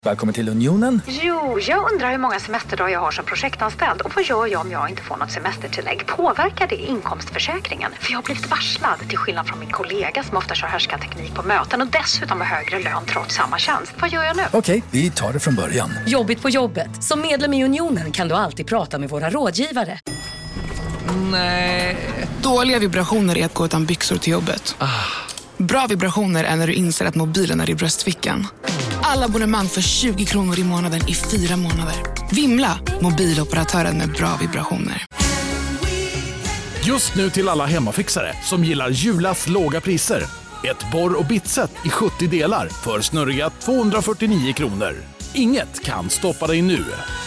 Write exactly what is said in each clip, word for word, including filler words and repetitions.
Välkommen till Unionen. Jo, jag undrar hur många semesterdagar jag har som projektanställd. Och vad gör jag om jag inte får något semestertillägg? Påverkar det inkomstförsäkringen? För jag har blivit varslad, till skillnad från min kollega som ofta kör härskarteknik på möten och dessutom har högre lön trots samma tjänst. Vad gör jag nu? Okej, vi tar det från början. Jobbigt på jobbet. Som medlem i Unionen kan du alltid prata med våra rådgivare. Nej. Dåliga vibrationer är att gå utan byxor till jobbet. Ah. Bra vibrationer är när du inser att mobilen är i bröstfickan. Alla abonnemang för tjugo kronor i månaden i fyra månader. Vimla, mobiloperatören med bra vibrationer. Just nu till alla hemmafixare som gillar Julas låga priser. Ett borr- och bitset i sjuttio delar för snurriga tvåhundrafyrtionio kronor. Inget kan stoppa dig nu.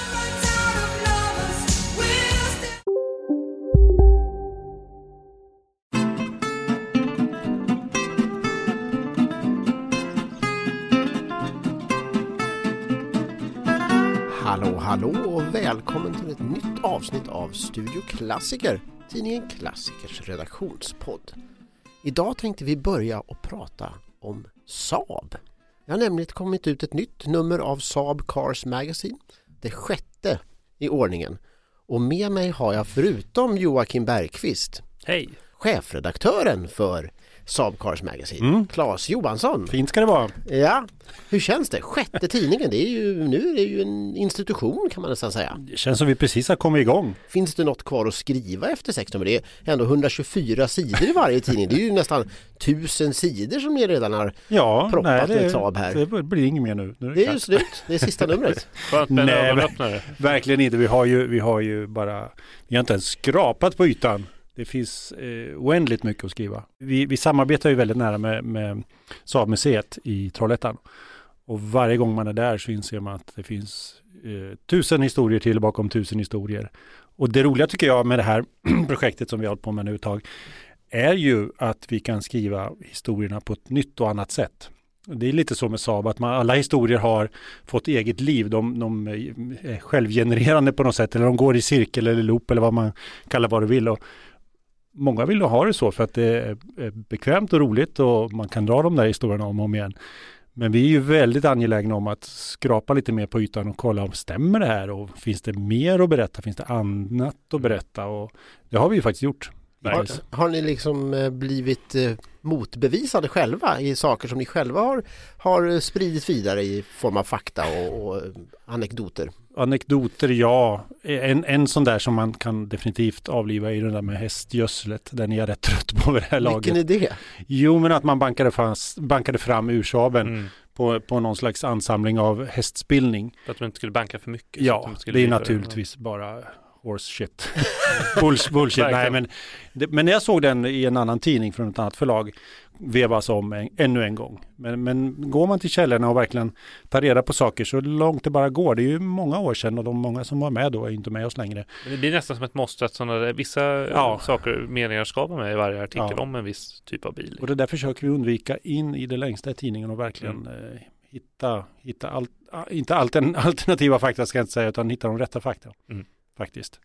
Hallå, hallå och välkommen till ett nytt avsnitt av Studio Klassiker, tidningen Klassikers redaktionspodd. Idag tänkte vi börja och prata om Saab. Det har nämligen kommit ut ett nytt nummer av Saab Cars Magazine, det sjätte i ordningen. Och med mig har jag förutom Joakim Bergqvist, hej, chefredaktören för Saab Cars Magazine, mm. Claes Johansson. Fint ska det vara. Ja, hur känns det? Sjätte tidningen, det är ju, nu är det ju en institution kan man nästan säga. Det känns som vi precis har kommit igång. Finns det något kvar att skriva efter sex nummer? Det är ändå hundratjugofyra sidor i varje tidning. Det är ju nästan tusen sidor som ni redan har ja, proppat nej, det, med Saab här. Det blir inget mer nu. nu är det, det är ju slut, det är sista numret. Nej, verkligen inte. Vi har ju, vi har ju bara, vi har inte ens skrapat på ytan. Det finns eh, oändligt mycket att skriva. Vi, vi samarbetar ju väldigt nära med, med Saab-museet i Trollhättan. Och varje gång man är där så inser man att det finns eh, tusen historier till bakom tusen historier. Och det roliga tycker jag med det här projektet som vi har hållit på med nu ett tag är ju att vi kan skriva historierna på ett nytt och annat sätt. Det är lite så med Saab att man, alla historier har fått eget liv. De, de är självgenererande på något sätt eller de går i cirkel eller loop eller vad man kallar vad du vill. Och många vill ha det så för att det är bekvämt och roligt och man kan dra de där historierna om och om igen. Men vi är ju väldigt angelägna om att skrapa lite mer på ytan och kolla om stämmer det här och finns det mer att berätta, finns det annat att berätta och det har vi ju faktiskt gjort. Har, har ni liksom blivit eh, motbevisade själva i saker som ni själva har, har spridit vidare i form av fakta och, och anekdoter? Anekdoter, ja. En, en sån där som man kan definitivt avliva är den där med hästgödslet. Den är jag rätt trött på vid det här laget. Vilken är det? Jo, men att man bankade, fast, bankade fram ur Saaben mm. på, på någon slags ansamling av hästspillning. För att man inte skulle banka för mycket? Ja, det är naturligtvis bara horse shit. Bullshit. bullshit. Nej, men, det, men när jag såg den i en annan tidning från ett annat förlag vevas om en, ännu en gång. Men, men går man till källorna och verkligen tar reda på saker så långt det bara går. Det är ju många år sedan och de många som var med då är inte med oss längre. Det blir nästan som ett måste att sådana där, vissa ja. saker, meningar ska vara med i varje artikel ja. om en viss typ av bil. Och det där försöker vi undvika in i det längsta i tidningen och verkligen mm. eh, hitta, hitta allt, inte altern, alternativa fakta ska jag inte säga utan hitta de rätta fakta. Mm. Faktiskt.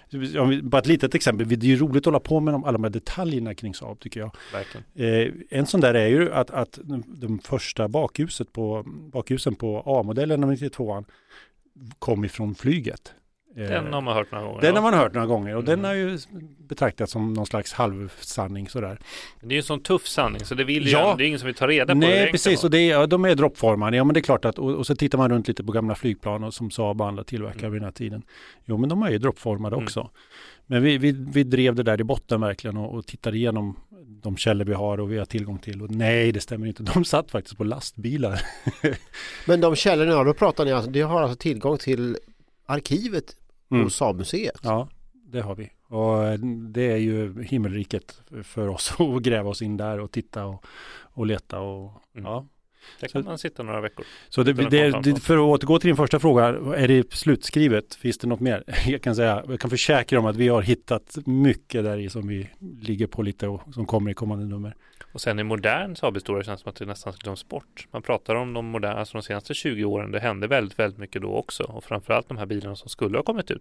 Bara ett litet exempel. Det är ju roligt att hålla på med de, alla de här detaljerna kring Saab tycker jag. Eh, en sån där är ju att, att de första bakhuset på, bakhusen på A-modellen nittiotvåan kom ifrån flyget. Den har man hört några gånger. Den har man hört några gånger och mm. den har ju betraktats som någon slags halvsanning sådär. Det är ju en sån tuff sanning så det vill ju ja. det är ingen som vill ta reda på Nej, det. Nej, precis. Och det är, ja, de är droppformade. Ja, men det är klart att och, och så tittar man runt lite på gamla flygplan och som Saab och andra tillverkare mm. vid den här tiden. Jo, men de är ju droppformade mm. också. Men vi, vi, vi drev det där i botten verkligen och, och tittade igenom de källor vi har och vi har tillgång till. Och nej, det stämmer inte. De satt faktiskt på lastbilar. Men de källorna, då pratar ni alltså, de har alltså tillgång till arkivet Mm. och Saab-museet. Ja, det har vi. Och det är ju himmelriket för oss att gräva oss in där och titta och, och leta. Och, mm. ja. Där kan så, man sitta några veckor. Så det, det, det, för att återgå till din första fråga, är det slutskrivet? Finns det något mer? Jag kan säga, jag kan försäkra om att vi har hittat mycket där i som vi ligger på lite och som kommer i kommande nummer. Och sen i modern Saab-historia känns det som att det nästan glöms bort. Man pratar om de moderna, alltså de senaste tjugo åren, det hände väldigt, väldigt mycket då också. Och framförallt de här bilarna som skulle ha kommit ut.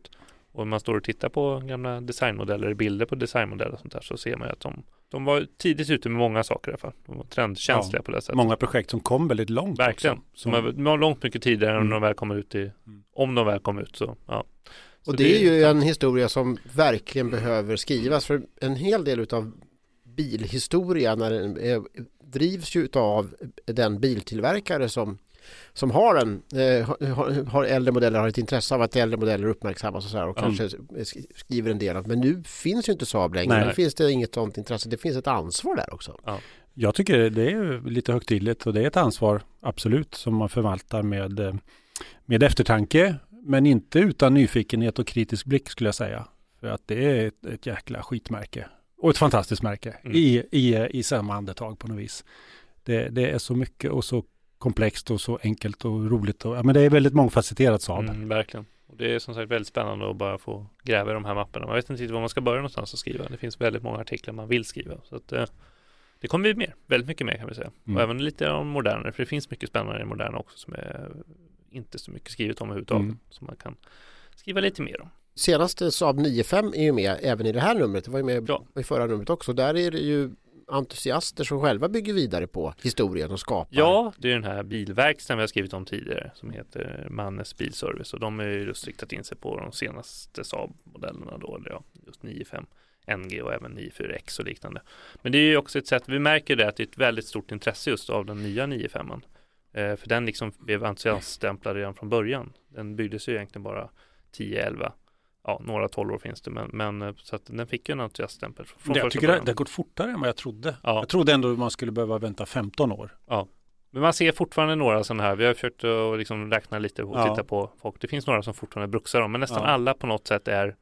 Och om man står och tittar på gamla designmodeller, bilder på designmodeller och sånt där, så ser man ju att de, de var tidigt ute med många saker i alla fall. De var trendkänsliga ja, på det sättet. Många projekt som kom väldigt långt. Verkligen. Också, som som var långt mycket tidigare mm. än de väl kom ut i, om de väl kom ut. Så, ja. Så och det, det är ju en historia som verkligen behöver skrivas, för en hel del utav bilhistoria när den är, drivs ju av den biltillverkare som som har en eh, har, har äldre modeller, har ett intresse av att äldre modeller uppmärksammas och så här, och mm. kanske skriver en del av. Men nu finns ju inte Saab längre. Nej. Nu finns det inget sånt intresse. Det finns ett ansvar där också. Ja. Jag tycker det är lite högtidligt, och det är ett ansvar absolut som man förvaltar med, med eftertanke, men inte utan nyfikenhet och kritisk blick, skulle jag säga. För att det är ett, ett jäkla skitmärke. Och ett fantastiskt märke mm. i, i, i samma andetag på något vis. Det, det är så mycket och så komplext och så enkelt och roligt. Och, ja, men det är väldigt mångfacetterat Saab. Mm, verkligen. Och det är som sagt väldigt spännande att bara få gräva i de här mapparna. Man vet inte riktigt var man ska börja någonstans att skriva. Det finns väldigt många artiklar man vill skriva. Så att, eh, det kommer bli mer. Väldigt mycket mer kan vi säga. Mm. Och även lite om modernare. För det finns mycket spännande i moderna också som är inte så mycket skrivet om överhuvudtaget. Mm. Som man kan skriva lite mer om. Senaste Saab nio fem är ju med även i det här numret. Det var ju med ja. i förra numret också. Där är det ju entusiaster som själva bygger vidare på historien och skapar. Ja, det är den här bilverkstaden vi har skrivit om tidigare som heter Mannes Bilservice, och de har ju just riktat in sig på de senaste Saab-modellerna då, eller ja, just nio fem N G och även nio fyra X och liknande. Men det är ju också ett sätt, vi märker det att det är ett väldigt stort intresse just av den nya nio fem. Eh, för den liksom blev entusiaststämplad redan från början. Den byggdes ju egentligen bara tio elva. Ja, några tolv år finns det, men, men så att den fick ju en entusiaststämpel från jag första tycker början. Det har gått fortare än vad jag trodde. Ja. Jag trodde ändå att man skulle behöva vänta femton år. Ja, men man ser fortfarande några sådana här. Vi har försökt att liksom räkna lite och ja. titta på folk. Det finns några som fortfarande bruksar dem, men nästan ja. alla på något sätt är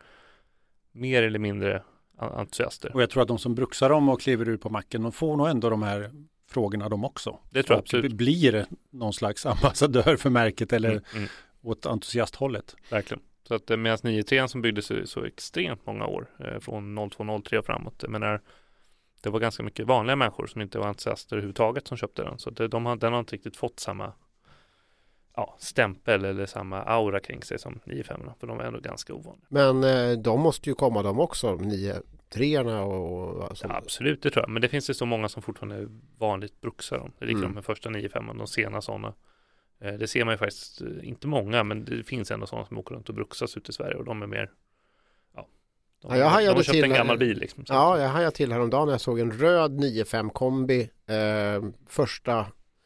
mer eller mindre entusiaster. Och jag tror att de som bruksar dem och kliver ut på macken, de får nog ändå de här frågorna de också. Det tror jag och absolut. Blir någon slags ambassadör för märket eller mm, mm. åt entusiasthållet. Verkligen. Så att medan nio tre som byggdes så extremt många år eh, från noll två noll tre och framåt. Men när det var ganska mycket vanliga människor som inte var entusiaster överhuvudtaget som köpte den. Så det, de har, den har inte riktigt fått samma ja, stämpel eller samma aura kring sig som nio fem, för de är ändå ganska ovanliga. Men eh, de måste ju komma de också, nio treorna och... Alltså. Ja, absolut, det tror jag. Men det finns ju så många som fortfarande vanligt bruksar dem. Det är liksom mm. de första nio fem, de sena sådana. Det ser man ju faktiskt, inte många, men det finns ändå sådana som åker runt och bruksas ut i Sverige, och de är mer, ja, de, ja, jag de har köpt till, en gammal bil liksom. Ja, jag hajade till häromdagen när jag såg en röd nio fem kombi, eh, första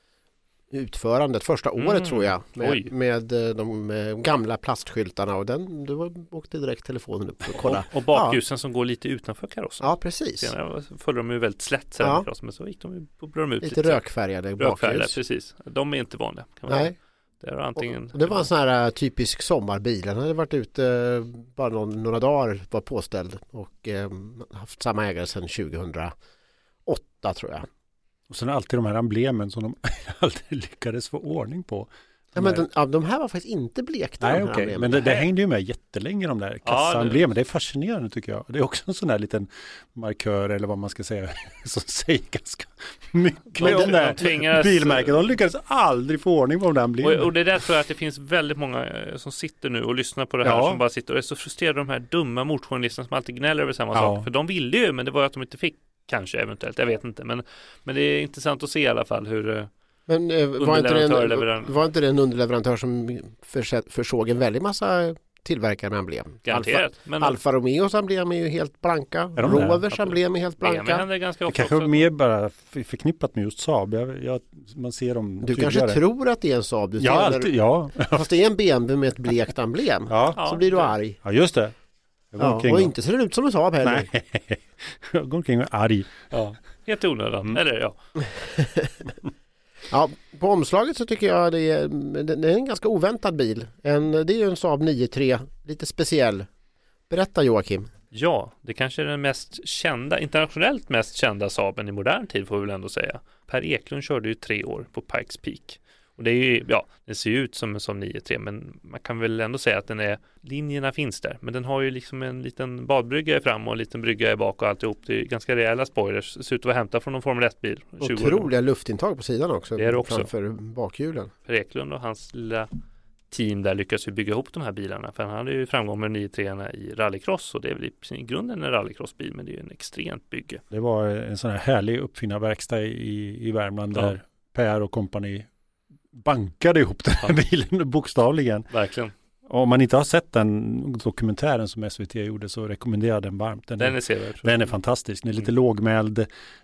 utförandet, första året mm. tror jag, med, med de med gamla plastskyltarna, och den, då åkte direkt telefonen upp och kolla. Och, och bakljusen ja. som går lite utanför karossen. Ja, precis. Senare följde de ju väldigt slätt sen ja. karossen, men så gick de de ut lite, lite rökfärgade bakljus. Precis. De är inte vanliga, kan man Nej. säga. Det, är antingen, och det var en sån här typisk sommarbil. Den hade varit ute bara någon, några dagar, var påställd, och eh, haft samma ägare sedan tjugohundraåtta tror jag. Och sen alltid de här emblemen som de aldrig lyckades få ordning på. Ja, men den, ja, de här var faktiskt inte blekta. Nej, okej. Okay. Men det, det hängde ju med jättelänge, de där kassaemblemen. Ja, det... det är fascinerande tycker jag. Det är också en sån där liten markör, eller vad man ska säga, som säger ganska mycket men om de där tvingas... bilmärken. De lyckades aldrig få ordning på de där emblemen. Och, och det är därför att det finns väldigt många som sitter nu och lyssnar på det här, ja. som bara sitter och är så frustrerade, de här dumma motjournalisterna som alltid gnäller över samma ja. sak. För de ville ju, men det var att de inte fick. Kanske eventuellt, jag vet inte. Men, men det är intressant att se i alla fall hur men, eh, var, inte det en, var inte det en underleverantör som försett, försåg en väldigt massa tillverkare med emblem? Garanterat. Alfa, men, Alfa Romeos emblem är ju helt blanka. Rovers emblem är helt blanka. Det, ganska det kanske är mer bara förknippat med just Saab. Jag, jag, man ser dem du tydligare. Kanske tror att det är en Saab. Du ja, alltid, ja. Fast det är en B M W med ett blekt emblem. Ja. Så blir du arg. Ja, just det. Ja, och inte ser det ut som en Saab heller. Nej, jag går omkring och är arg. Ja, helt onödan. Mm. Eller ja. Ja, på omslaget så tycker jag det är, det är en ganska oväntad bil. En, det är ju en Saab nio tre, lite speciell. Berätta Joakim. Ja, det kanske är den mest kända, internationellt mest kända Saaben i modern tid får vi väl ändå säga. Per Eklund körde ju tre år på Pikes Peak. Och det är ju, ja, den ser ju ut som en sån nio tre, men man kan väl ändå säga att den är, linjerna finns där. Men den har ju liksom en liten badbrygga i fram och en liten brygga i bak och alltihop. Det är ganska rejäla spoilers. Det ser ut att vara hämtat från någon Formel ett-bil. Otroliga luftintag på sidan också. Det är det också. Framför bakhjulen. Per Eklund och hans lilla team där lyckas ju bygga ihop de här bilarna. För han hade ju framgång med nio tre i rallycross och det är väl i grunden en rallycrossbil, men det är ju en extremt bygge. Det var en sån här härlig uppfinnarverkstad i, i Värmland där ja. Per och kompani bankade ihop den här ja. bilen bokstavligen. Verkligen. Om man inte har sett den dokumentären som S V T gjorde så rekommenderar jag den varmt. Den, den är sevärd. Den är fantastisk. Den är lite mm. lågmäld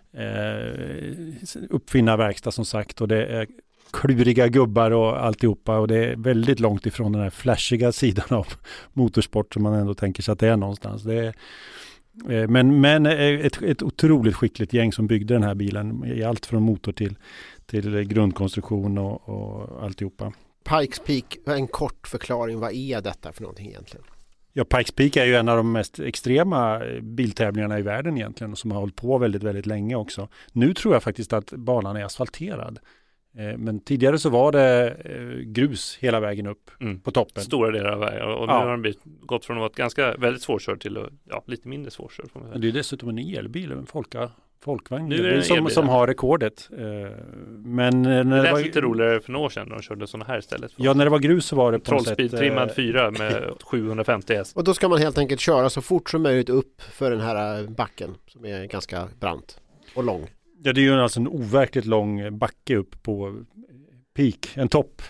eh, uppfinnarverkstad som sagt och det är kluriga gubbar och alltihopa och det är väldigt långt ifrån den här flashiga sidan av motorsport som man ändå tänker sig att det är någonstans. Det är, eh, men men ett, ett otroligt skickligt gäng som byggde den här bilen i allt från motor till, till grundkonstruktion och, och alltihopa. Pikes Peak, en kort förklaring, vad är detta för någonting egentligen? Ja, Pikes Peak är ju en av de mest extrema biltävlingarna i världen egentligen och som har hållit på väldigt, väldigt länge också. Nu tror jag faktiskt att banan är asfalterad. Men tidigare så var det grus hela vägen upp mm. på toppen. Stora delar av vägen och nu ja. har den gått från att vara ganska väldigt svårkörd till att, ja, lite mindre svårkörd. Det är dessutom en elbil, en folka, folkvagn nu är det som, som har rekordet. Men när det, det var lite roligare för några år sedan när de körde sådana här istället. Ja, när det var grus så var det på Trollspeed trimmad fyra med sjuhundrafemtio häst. Och då ska man helt enkelt köra så fort som möjligt upp för den här backen som är ganska brant och lång. Ja, det är ju alltså en overkligt lång backe upp på peak, en topp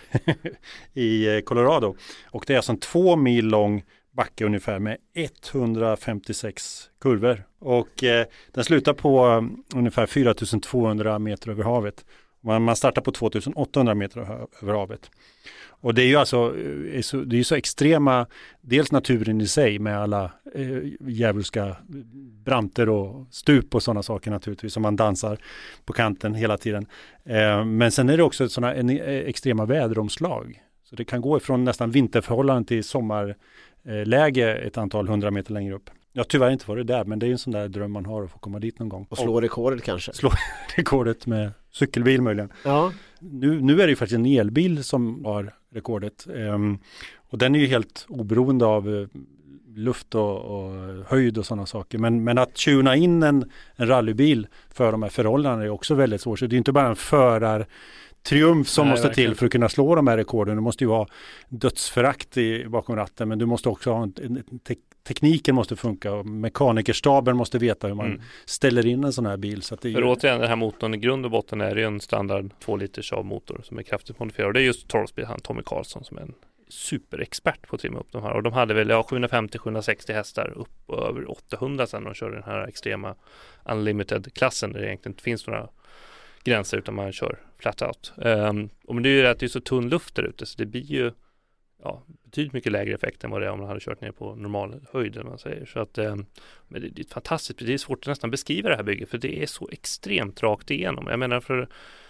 i Colorado. Och det är alltså en två mil lång backe ungefär med etthundrafemtiosex kurvor. Och eh, den slutar på um, ungefär fyra tusen tvåhundra meter över havet. Man, man startar på två tusen åttahundra meter över havet. Och det är ju alltså är så, det är så extrema, dels naturen i sig med alla eh, djävulska branter och stup och sådana saker naturligtvis som man dansar på kanten hela tiden. Eh, men sen är det också sådana en, extrema väderomslag. Så det kan gå ifrån nästan vinterförhållanden till sommarläge ett antal hundra meter längre upp. Jag har tyvärr inte varit där, men det är en sån där dröm man har att få komma dit någon gång. Och slå och rekordet kanske? Slå rekordet med cykelbil möjligen. Ja. Nu, nu är det ju faktiskt en elbil som har rekordet. Um, och den är ju helt oberoende av uh, luft och, och höjd och sådana saker. Men, men att tuna in en, en rallybil för de här förhållandena är också väldigt svårt. Så det är inte bara en förar triumf som Nej, måste verkligen. till för att kunna slå de här rekorden. Du måste ju ha dödsförakt i, bakom ratten, men du måste också ha en, en te- tekniken måste funka och mekanikerstaben måste veta hur man mm. ställer in en sån här bil. Så att det för är... återigen, den här motorn i grund och botten är ju en standard två liters av motor som är kraftigt modifierad. Och det är just Torlsby, han Tommy Karlsson som är en superexpert på att trimma upp de här. Och de hade väl ja, sjuhundrafemtio till sjuhundrasextio hästar upp och över åttahundra sen de körde den här extrema unlimited-klassen där det egentligen inte finns några gränser utan man kör flat out. Um, och men det är ju att det är så tunn luft där ute så det blir ju ja, betydligt mycket lägre effekt än vad det är om man hade kört ner på normal höjd eller man säger. Så att, um, men det, det är fantastiskt, det är svårt att nästan beskriva det här bygget för det är så extremt rakt igenom. Jag menar för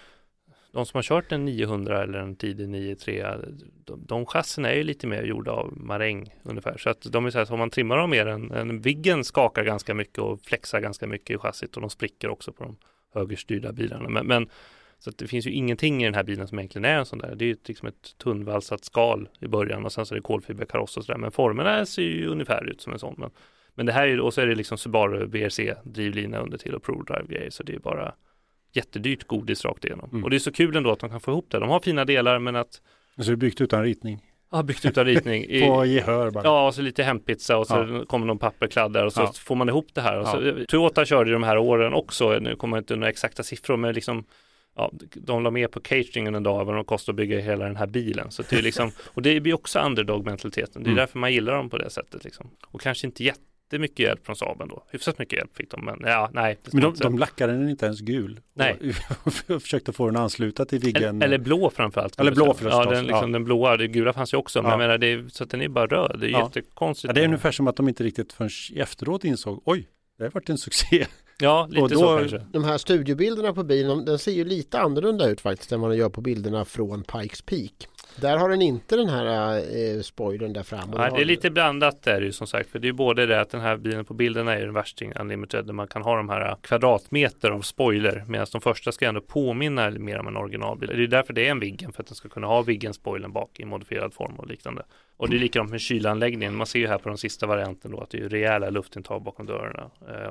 de som har kört en niohundra eller en tidig nio tre, de, de chasserna är ju lite mer gjorda av maräng ungefär. Så att de är så här, så om man trimmar dem mer, en, en Viggen skakar ganska mycket och flexar ganska mycket i chassit och de spricker också på de högerstyrda bilarna. Men, men så att det finns ju ingenting i den här bilen som egentligen är en sån där. Det är ju liksom ett tunnvalsat skal i början och sen så är det kolfiberkaross och sådär. Men formerna ser ju ungefär ut som en sån. Men, men det här är ju, och så är det liksom Subaru B R C-drivlina under till och ProDrive-grejer. Så det är bara jättedyrt godis rakt igenom. Mm. Och det är så kul ändå att de kan få ihop det. De har fina delar men att... Så det är byggt utan ritning? Ja, byggt utan ritning. I, på gehör bara. Ja, och så lite hempizza och så ja. kommer någon papperkladd där och så ja. får man ihop det här. Och så, ja. Toyota körde de här åren också. Nu kommer inte några exakta siffror men liksom ja, de la med på cateringen en dag vad de kostar att bygga hela den här bilen. Så det är liksom, och det blir också underdog-mentaliteten. Det är mm. därför man gillar dem på det sättet. Liksom. Och kanske inte jättemycket hjälp från Saaben då. Hyfsat mycket hjälp fick de, men ja, nej. Men de, de lackade den inte ens gul. Nej. Och försökte få den ansluta till Viggen. Eller, eller blå framförallt. Eller blå förstås. Ja, den, liksom, ja. den blåa, det gula fanns ju också. Ja. Men jag menar, det är, så att den är bara röd. Det är ja. jättekonstigt. Ja, det är ungefär som att de inte riktigt förrän efteråt insåg, oj, det har varit en succé. Ja, lite då, så kanske. De här studiobilderna på bilen, den ser ju lite annorlunda ut faktiskt än vad den gör på bilderna från Pikes Peak. Där har den inte den här eh, spoilern där fram. Nej, det är lite blandat där ju som sagt. För det är både det att den här bilen på bilderna är en värsting Unlimited där man kan ha de här kvadratmeter av spoiler medan de första ska ändå påminna mer om en originalbil. Det är därför det är en Viggen, för att den ska kunna ha Viggen-spoilern bak i modifierad form och liknande. Och det är likadant med kylanläggningen. Man ser ju här på den sista varianten då att det är rejäla luftintag bakom dörrarna. Eh, och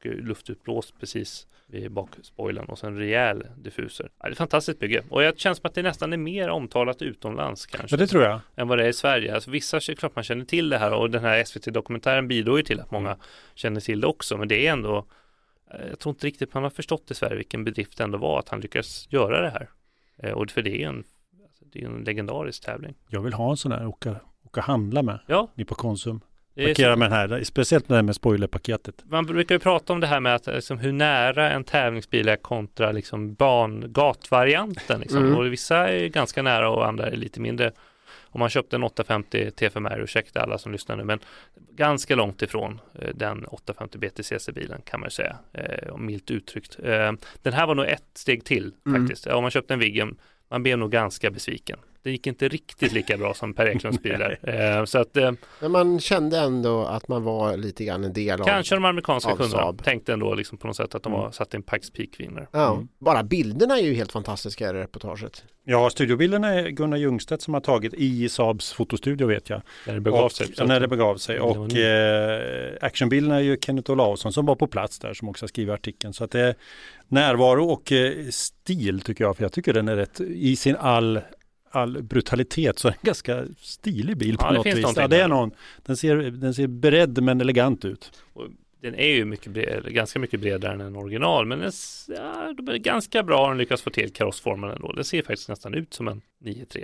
och luftutblåst precis vid bakspoilern och sen rejäl diffuser. Ja, det är ett fantastiskt bygge. Och det känns som att det nästan är mer omtalat utomlands kanske. Ja, det tror jag. Än vad det är i Sverige. Alltså, vissa är klart man känner till det här och den här S V T-dokumentären bidrar ju till att många känner till det också. Men det är ändå, jag tror inte riktigt man har förstått i Sverige vilken bedrift det ändå var att han lyckas göra det här. Och för det är en, det är en legendarisk tävling. Jag vill ha en sån här åka, åka handla med. Ja. Ni på Konsum. Parkera med den här, speciellt med det här med spoilerpaketet. Man brukar ju prata om det här med att liksom, hur nära en tävlingsbil är kontra liksom, bangatvarianten. Liksom. Mm. Och vissa är ganska nära och andra är lite mindre. Om man köpte en åttahundrafemtio T fem R, ursäkta alla som lyssnar nu, men ganska långt ifrån eh, den åttahundrafemtio B T C C-bilen kan man ju säga, eh, milt uttryckt. Eh, den här var nog ett steg till mm. faktiskt. Om man köpte en Viggen, man blev nog ganska besviken. Det gick inte riktigt lika bra som Per Eklunds bilar. eh, så att, eh, Men man kände ändå att man var lite grann en del av kanske de amerikanska kunderna Saab. Tänkte ändå liksom på något sätt att de var satt i en Pikes Peak-vinnare. Ja, mm. bara bilderna är ju helt fantastiska i reportaget. Ja, studiobilderna är Gunnar Ljungstedt som har tagit i Saabs fotostudio vet jag. När det begav och, sig. Ja, när det begav sig. Och eh, actionbilderna är ju Kenneth Olausson som var på plats där som också har skrivit artikeln. Så att det är närvaro och eh, stil tycker jag. För jag tycker den är rätt i sin all all brutalitet så är det en ganska stilig bil på ja, något vis. Ja, det är någon, den, ser, den ser beredd men elegant ut. Och den är ju mycket bred, ganska mycket bredare än en original, men den, ja, de är ganska bra den lyckas få till karossformen ändå. Den ser faktiskt nästan ut som en nio tre.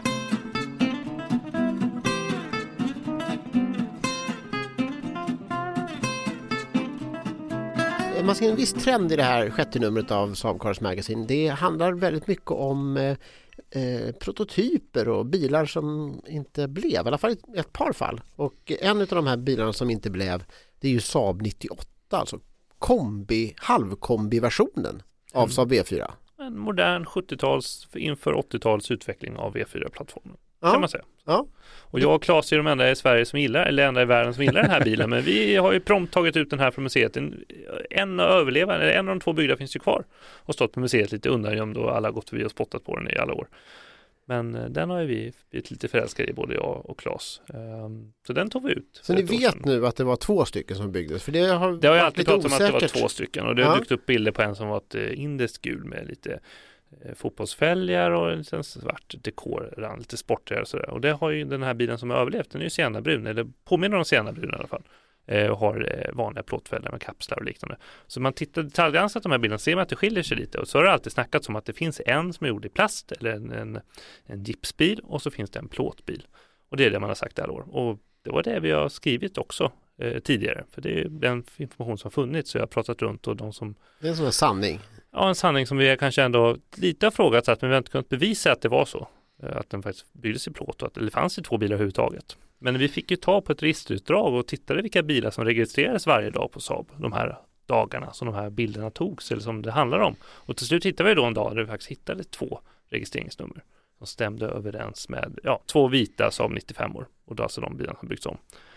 Man ser en viss trend i det här sjätte numret av Saab Cars Magazine. Det handlar väldigt mycket om eh, eh, prototyper och bilar som inte blev, i alla fall i ett par fall. Och en av de här bilarna som inte blev, det är ju Saab nittioåtta, alltså kombi, halvkombi-versionen av Saab V fyra. En modern sjuttio-tals inför åttio-tals utveckling av V fyra-plattformen. Ja. Kan man säga. Ja. Och jag och Claes är de enda i Sverige som gillar, eller enda i världen som gillar den här bilen. Men vi har ju prompt tagit ut den här från museet. En, en överlevande, eller en av de två byggda finns ju kvar. Och stått på museet lite undangömd och alla har gått förbi och spottat på den i alla år. Men den har ju vi blivit lite förälskade i, både jag och Claes. Um, så den tog vi ut. Så ni vet nu att det var två stycken som byggdes? För det har, det har jag alltid pratat om osäkert. Att det var två stycken. Och det har ja. dykt upp bilder på en som var ett indiskt gul med lite fotbollsfälgar och en svart dekor, lite sportigare och sådär. Och det har ju den här bilen som har överlevt, den är ju siennabrun, eller påminner om siennabrun i alla fall. Eh, och har eh, vanliga plåtfälgar med kapslar och liknande. Så man tittar detaljgranskat de här bilarna, ser man att det skiljer sig lite. Och så har det alltid snackats om att det finns en som är gjord i plast, eller en, en, en gipsbil, och så finns det en plåtbil. Och det är det man har sagt alla år. Och det var det vi har skrivit också eh, tidigare. För det är den information som har funnits, så jag har pratat runt och de som... Det är en sån här sanning. Ja, en sanning som vi kanske ändå lite har frågat, men vi har inte kunnat bevisa att det var så. Att den faktiskt byggdes i plåt och att det fanns i två bilar överhuvudtaget. Men vi fick ju ta på ett registerutdrag och tittade vilka bilar som registrerades varje dag på Saab. De här dagarna som de här bilderna togs, eller som det handlar om. Och till slut hittade vi då en dag där vi faktiskt hittade två registreringsnummer som stämde överens med ja, två vita Saab nittiofem-or. Och då alltså de bilarna som byggts om.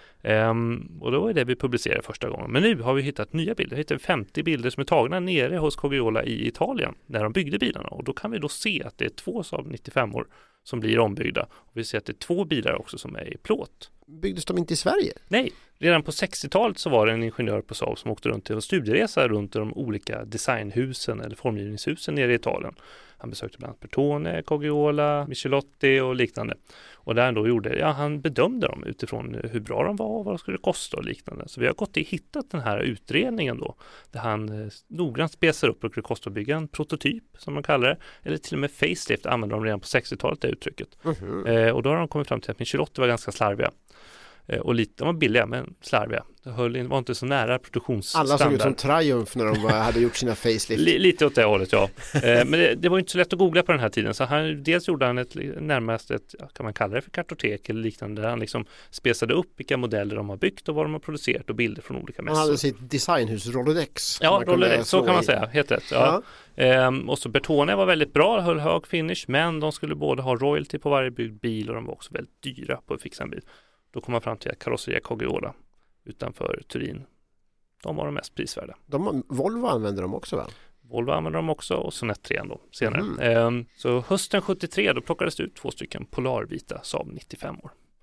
Um, och då är det vi publicerade första gången. Men nu har vi hittat nya bilder. Vi hittar femtio bilder som är tagna nere hos Cogiola i Italien när de byggde bilarna. Och då kan vi då se att det är två Saab nittiofem-or som blir ombyggda. Och vi ser att det är två bilar också som är i plåt. Byggdes de inte i Sverige? Nej, redan på sextiotalet så var det en ingenjör på Saab som åkte runt till en studieresa runt de olika designhusen eller formgivningshusen nere i Italien. Han besökte bland annat Bertone, Cogiola, Michelotti och liknande. Och där han då gjorde, ja, han bedömde dem utifrån hur bra de var och vad det skulle kosta och liknande. Så vi har gått och hittat den här utredningen då, där han eh, noggrant spesar upp och det kostar att bygga en prototyp som man kallar det, eller till och med facelift använder de redan på sextiotalet det uttrycket. Mm-hmm. Eh, och då har de kommit fram till att Michelotti var ganska slarviga. Och lite, de var billiga men slarviga. Det höll in, var inte så nära produktionsstandard. Alla såg ut som Triumph när de var, hade gjort sina facelift. L- lite åt det hållet, ja. eh, men det, det var inte så lätt att googla på den här tiden. Så han, dels gjorde han ett, närmast ett, kan man kalla det för kartotek eller liknande, där han liksom spesade upp vilka modeller de har byggt och vad de har producerat och bilder från olika mässor. Han hade sitt designhus Rolodex. Ja, Rolodex, så kan man säga, helt rätt. Ja. Ja. Ehm, och så Bertone var väldigt bra, höll hög finish, men de skulle både ha royalty på varje byggd bil och de var också väldigt dyra på att fixa en bil. Då kom man fram till att Carrozzeria Cogiola utanför Turin, de var de mest prisvärda. De, Volvo använder de också, va? Volvo använder de också och Sonett tre då, senare. Mm. Ehm, så hösten sjuttiotre då plockades det ut två stycken polarvita Saab nittiofem-or.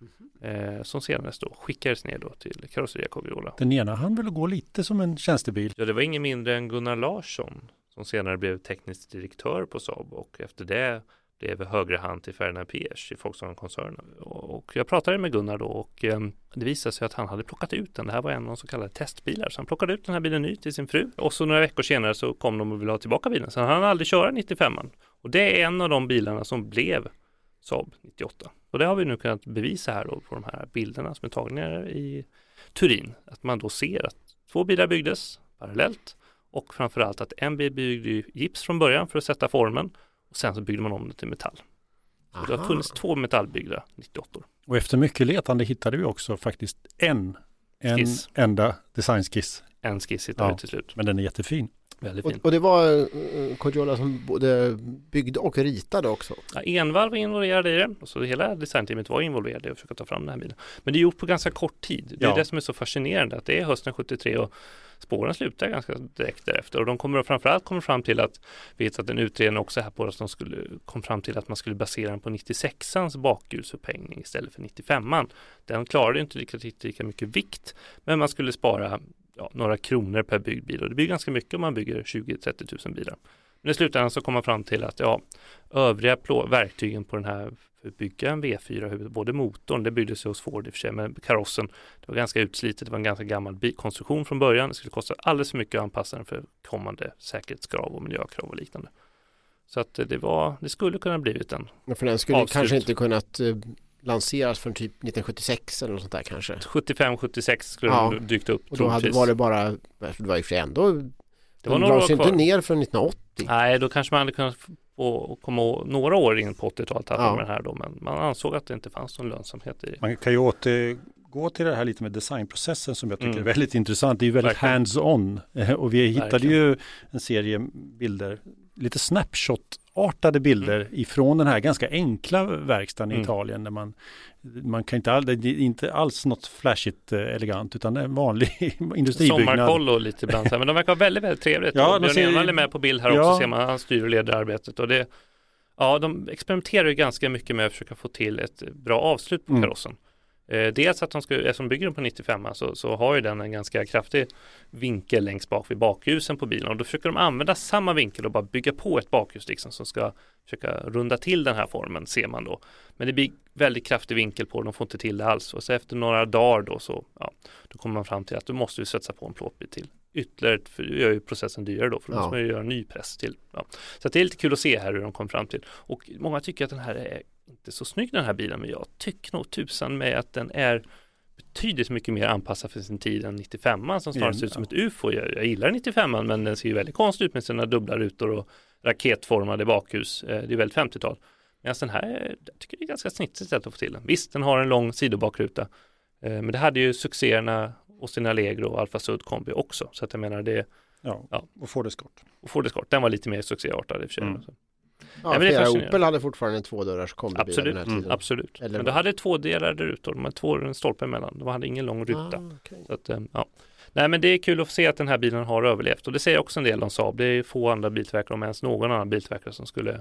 Eh, som senare då skickades ner då till Carrozzeria Cogliola. Den ena hann väl gå lite som en tjänstebil. Ja, det var ingen mindre än Gunnar Larsson som senare blev teknisk direktör på Saab och efter det blev högre hand till Ferdinand Piëch i Volkswagen-koncernen. Och jag pratade med Gunnar då och eh, det visade sig att han hade plockat ut den. Det här var en av de så kallade testbilar. Så han plockade ut den här bilen ny till sin fru. Och så några veckor senare så kom de och ville ha tillbaka bilen. Så han hade aldrig köra nittiofemman. Och det är en av de bilarna som blev Saab nittioåtta. Och det har vi nu kunnat bevisa här då på de här bilderna som är tagna i Turin. Att man då ser att två bilar byggdes parallellt. Och framförallt att en bil byggde i gips från början för att sätta formen. Och sen så byggde man om det till metall. Så det har funnits två metallbyggda nittioåtta. Och efter mycket letande hittade vi också faktiskt en, en Skiss. enda designskiss. En skiss hittade Ja, vi till slut. men den är jättefin. Väldigt Och, fin. och det var uh, Cogliola som både byggde och ritade också. Ja, Envall var involverad i det. Och så hela designteamet var involverade i att försöka ta fram den här bilen. Men det är gjort på ganska kort tid. Det är Ja. det som är så fascinerande. Att det är hösten sjuttiotre och spåren slutar ganska direkt därefter. Och de kommer framförallt kommer fram till att, vet att en utredning också här på att de skulle kom fram till att man skulle basera den på nittiosexans bakljusupphängning istället för nittiofemman. Den klarade inte lika, lika mycket vikt. Men man skulle spara ja, några kronor per byggd bil. Och det blir ganska mycket om man bygger tjugo till trettio tusen bilar. Men i slutändan så kommer man fram till att ja, övriga plå- verktygen på den här för att bygga en V fyra, både motorn, det byggdes hos Ford i och för sig, men karossen, det var ganska utslitet, det var en ganska gammal konstruktion från början. Det skulle kosta alldeles för mycket att anpassa den för kommande säkerhetskrav och miljökrav och liknande. Så att det var, det skulle kunna blivit en Men för den skulle avslut. kanske inte kunnat uh, lanseras från typ nittonhundrasjuttiosex eller något sånt där kanske. sjuttiofem sjuttiosex skulle Ja. de dykt upp. Och då hade, var det bara, det var ju för ändå, Det var de några drar år sig kvar. inte ner från nittonhundraåttio. Nej, då kanske man hade kunnat få komma några år in på åttiotalet hade Ja. med den här då, men man ansåg att det inte fanns någon lönsamhet i det. Man kan ju återgå till det här lite med designprocessen som jag tycker Mm. är väldigt intressant. Det är ju väldigt Verkligen. hands-on. Eh, Och vi hittade Verkligen. ju en serie bilder, lite snapshot-artade bilder Mm. ifrån den här ganska enkla verkstaden i Mm. Italien. Där man, man kan inte, all, det är inte alls något flashigt eh, elegant utan en vanlig industribyggnad. Sommarkollo lite ibland, så här, men de verkar vara väldigt, väldigt trevligt. Ja, Och de Björn ser- Envall är med på bild här Ja. också, ser man, han styr och leder arbetet. Och det, ja, de experimenterar ju ganska mycket med att försöka få till ett bra avslut på Mm. karossen. Eh, dels att de ska, eftersom de bygger den på nittiofem så, så har ju den en ganska kraftig vinkel längst bak vid bakljusen på bilen. Och då försöker de använda samma vinkel och bara bygga på ett bakljus liksom, som ska försöka runda till den här formen, ser man då. Men det blir väldigt kraftig vinkel på, de får inte till det alls. Och så efter några dagar då så, ja, då kommer man fram till att du måste ju sätta på en plåtbit till. Ytterligare, för det gör ju processen dyrare då, för då Ja. måste man ju göra en ny press till. Ja. Så att det är lite kul att se här hur de kom fram till. Och många tycker att den här är inte så snygg den här bilen, men jag tycker nog tusan med att den är betydligt mycket mer anpassad för sin tid än nittiofemman som snarare Ja. ser ut som ett U F O. Jag, jag gillar nittiofemman, men den ser ju väldigt konstig ut med sina dubbla rutor och raketformade bakhus. Eh, Det är väldigt femtiotal. Medan den här, jag tycker det är ganska snitsigt sätt att få till den. Visst, den har en lång sidobakruta. Eh, Men det hade ju succéerna Austin Allegro och Alfa Sud Kombi också. Så att jag menar det, Ja, Ja. och Ford Escort. och Ford Escort, den var lite mer succéartad i och för sig. Mm. Så. Ja, Nej, men det är flera fascinerande. Opel hade fortfarande en tvådörrars kombibil Absolut, den här mm, tiden. absolut. Eller- Men du hade två delade rutor, de hade två en stolpe emellan. De hade ingen lång ruta. Ah, okej. Så att, eh, ja. Nej, men det är kul att få se att den här bilen har överlevt. Och det säger också en del om Saab. Det är få andra biltillverkare, om ens någon annan biltillverkare, som skulle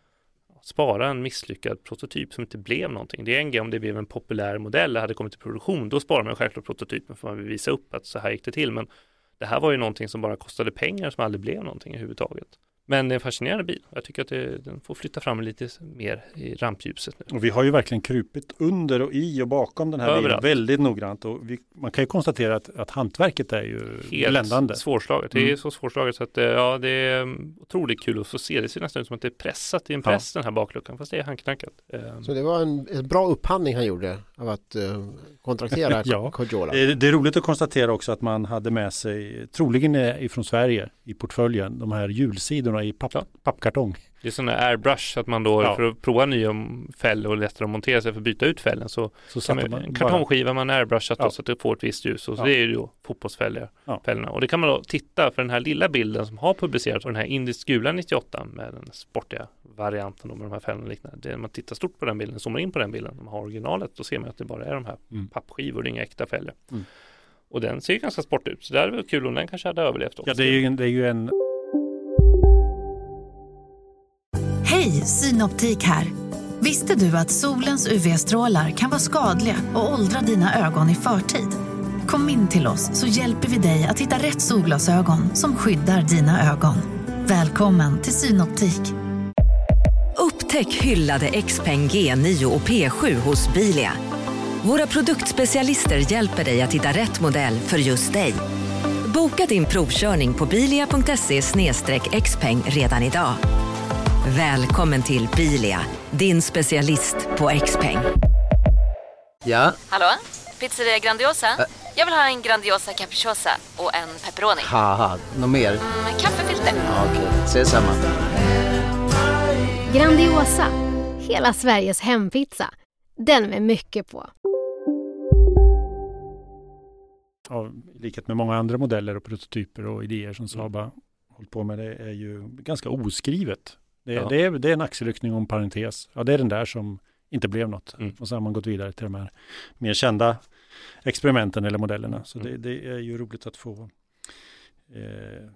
spara en misslyckad prototyp som inte blev någonting. Det är en grej om det blev en populär modell, det hade kommit till produktion. Då sparar man självklart prototypen för man vill visa upp att så här gick det till. Men det här var ju någonting som bara kostade pengar, som aldrig blev någonting överhuvudtaget. Men det är en fascinerande bil. Jag tycker att det, den får flytta fram lite mer i rampljuset nu. Och vi har ju verkligen krupit under och i och bakom den här bilen Överallt. väldigt noggrant. Och vi, man kan ju konstatera att, att hantverket är ju bländande. Helt svårslaget. Det är Mm. så svårslaget så att eh, ja, det är um, otroligt kul att få se. Det ser nästan ut som att det är pressat i en Ja. press, den här bakluckan, fast det är handknackat. Eh, Så det var en, en bra upphandling han gjorde av att uh, kontraktera Ja. Cogliola. Det det är roligt att konstatera också att man hade med sig, troligen ifrån Sverige i portföljen, de här hjulsidorna i papp, Ja. pappkartong. Det är sån här airbrush, att man då Ja. för att prova nya fäll och lättare att montera sig för att byta ut fällen, så Så kan satte man, man en bara, kartongskiva man airbrushat Ja. då, så att det får ett visst ljus. Och så Ja. det är ju då fotbollsfällor. Ja. Fällorna. Och det kan man då titta, för den här lilla bilden som har publicerats på den här Indiskt gula nittioåtta med den sportiga varianten då med de här fällorna och liknande. Det är, man tittar stort på den bilden, zoomar in på den bilden, de har originalet, då ser man att det bara är de här Mm. pappskivor, det är inga äkta fällor. Mm. Och den ser ju ganska sport ut, så det hade varit kul om den kanske hade överlevt också. Ja, det är ju en, det är ju en Hej, Synoptik här. Visste du att solens U V-strålar kan vara skadliga och åldra dina ögon i förtid? Kom in till oss så hjälper vi dig att hitta rätt solglasögon som skyddar dina ögon. Välkommen till Synoptik. Upptäck hyllade Xpeng G nio och P sju hos Bilia. Våra produktspecialister hjälper dig att hitta rätt modell för just dig. Boka din provkörning på bilia punkt se slash xpeng redan idag. Välkommen till Bilia, din specialist på Xpeng. Ja? Hallå? Pizzeria Grandiosa? Ä Jag vill ha en Grandiosa capriciosa och en pepperoni. Haha, något mer? Mm, kaffefilter. Ja, okej, okay. Ses samma. Grandiosa, hela Sveriges hempizza. Den med mycket på. Ja, i likhet med många andra modeller och prototyper och idéer som Saab har hållit på med, det är ju ganska oskrivet. Det, ja. det, är, det är en axelryckning om parentes. Ja, det är den där som inte blev något. Mm. Och så har man gått vidare till de här mer kända experimenten eller modellerna. Så mm. det, det är ju roligt att få eh,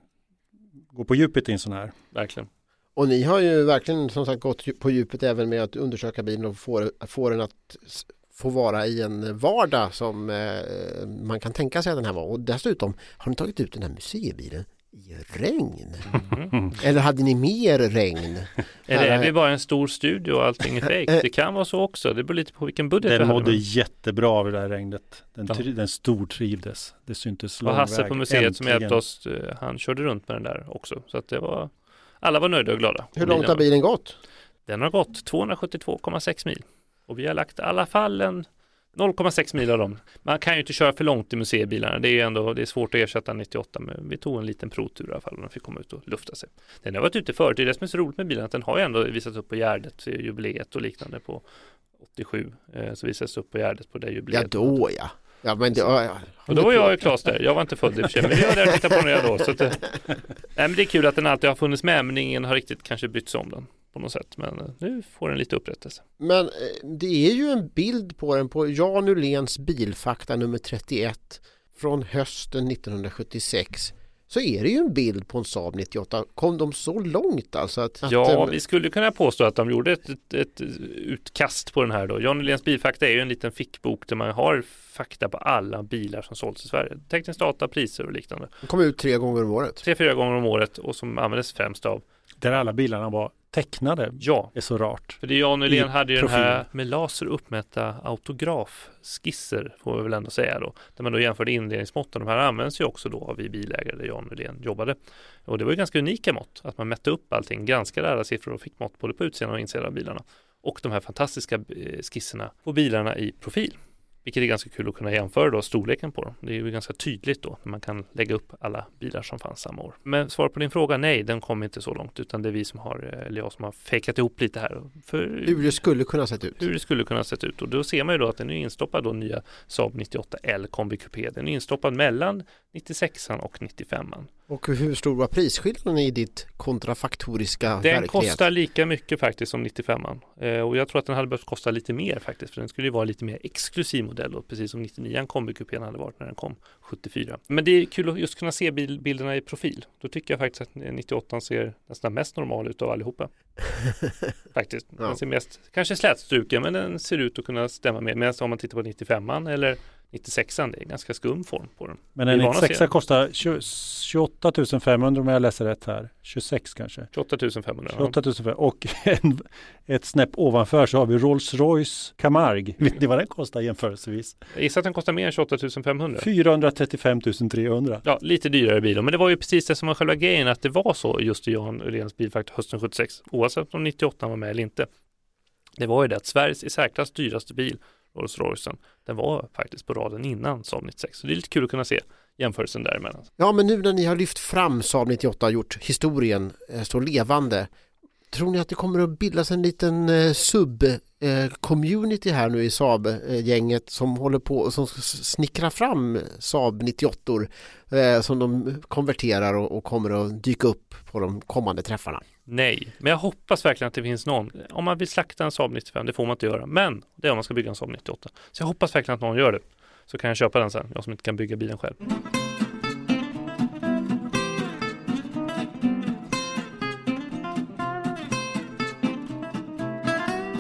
gå på djupet i en sån här. Verkligen. Och ni har ju verkligen som sagt gått på djupet även med att undersöka bilen och få, få den att få vara i en vardag som eh, man kan tänka sig att den här var. Och dessutom har ni tagit ut den här museibilen i regn. Mm. Eller hade ni mer regn? Eller är det bara en stor studio och allting är fake? Det kan vara så också. Det beror lite på vilken budget den vi hade. Den mådde jättebra av det där regnet. Den, ja. den stortrivdes. Det syntes lång väg. Och Hasse på museet äntligen. Som hjälpte oss, han körde runt med den där också. Så att det var, alla var nöjda och glada. Hur långt har bilen gått? Den har gått tvåhundrasjuttiotvå komma sex mil. Och vi har lagt i alla fall en noll komma sex mil av dem. Man kan ju inte köra för långt i museibilarna. Det är ju ändå det är svårt att ersätta nittioåtta, men vi tog en liten provtur i alla fall och den fick komma ut och lufta sig. Den har varit ute förut. Det är det som är så roligt med bilen, att den har ju ändå visat upp på Gärdet, jubileet och liknande på åttiosju. Eh, så visades upp på Gärdet på det jubileet. Ja då ja. Ja, men det, ja, ja. Och då var jag i Klas där. Jag var inte född i och för sig, men jag var där och tittade på den då. Så att, nej, men det är kul att den alltid har funnits med, men ingen har riktigt kanske brytt sig om den på något sätt. Men nu får den lite upprättelse. Men det är ju en bild på den på Jan Uléns bilfakta nummer trettioett från hösten nittonhundrasjuttiosex. Så är det ju en bild på en Saab nittioåtta. Kom de så långt alltså? Att, att, ja, vi skulle kunna påstå att de gjorde ett, ett, ett utkast på den här då. Jan Uléns bilfakta är ju en liten fickbok där man har fakta på alla bilar som sålts i Sverige. Teknisk data, priser och liknande. De kommer ut tre gånger om året. Tre, fyra gånger om året och som användes främst av. Där alla bilarna var tecknade. Ja. Är så rart. För det Jan Ulén hade ju profil. Den här med laser uppmätta autografskisser får vi väl ändå säga då. Där man då jämförde inledningsmåtten. De här används ju också då av vi bilägare där Jan Ulén jobbade. Och det var ju ganska unika mått. Att man mätte upp allting, granskade alla siffror och fick mått både på utsidan och insidan av bilarna. Och de här fantastiska skisserna på bilarna i profil. Vilket är ganska kul att kunna jämföra då storleken på dem. Det är ju ganska tydligt då när man kan lägga upp alla bilar som fanns samma år. Men svar på din fråga, nej, den kom inte så långt, utan det är vi som har, eller jag som har fejkat ihop lite här. För hur det skulle kunna sett ut. Hur det skulle kunna sett ut. Och då ser man ju då att den är instoppad då nya Saab nittioåtta L Kombi Coupé. Den är instoppad mellan nittiosexan och nittiofemman. Och hur stor var prisskillnaden i ditt kontrafaktoriska den verklighet? Den kostar lika mycket faktiskt som nittiofemman. Eh, och jag tror att den hade behövt kosta lite mer faktiskt. För den skulle ju vara lite mer exklusiv modell. Och precis som nittionio Kombi-kupén hade varit när den kom sjuttiofyra. Men det är kul att just kunna se bil- bilderna i profil. Då tycker jag faktiskt att nittioåtta ser nästan mest normal ut av allihopa. Faktiskt. Den ja. ser mest, kanske slätstruken, men den ser ut att kunna stämma med. Men om man tittar på nittiofemman eller nittiosexan, det är en ganska skum form på den. Men en nittiosexa kostar tjugoåtta tusen femhundra om jag läser rätt här. tjugosex kanske. tjugoåtta tusen femhundra. tjugoåtta tusen femhundra. Och en, ett snäpp ovanför så har vi Rolls-Royce Camargue. Vet ni vad den kostar jämförelsevis? Jag gissar att den kostar mer än tjugoåtta tusen femhundra. fyrahundratrettiofem tusen trehundra. Ja, lite dyrare bil. Men det var ju precis det som var själva grejen, att det var så just i Jan Uléns bilfakta hösten sjuttiosex. Oavsett om nittioåtta var med eller inte. Det var ju det att Sveriges i särklass dyraste bil, Rolls-Roycen, den var faktiskt på raden innan Saab nittiosex. Så det är lite kul att kunna se jämförelsen däremellan. Ja, men nu när ni har lyft fram Saab nittioåtta och gjort historien eh, så levande, tror ni att det kommer att bildas en liten eh, sub-community eh, här nu i Saab-gänget som håller på som snickrar fram Saab nittioåttor eh, som de konverterar och, och kommer att dyka upp på de kommande träffarna? Nej, men jag hoppas verkligen att det finns någon. Om man vill slakta en Saab nittiofem, det får man inte göra. Men det är om man ska bygga en Saab nittioåtta. Så jag hoppas verkligen att någon gör det. Så kan jag köpa den sen, jag som inte kan bygga bilen själv.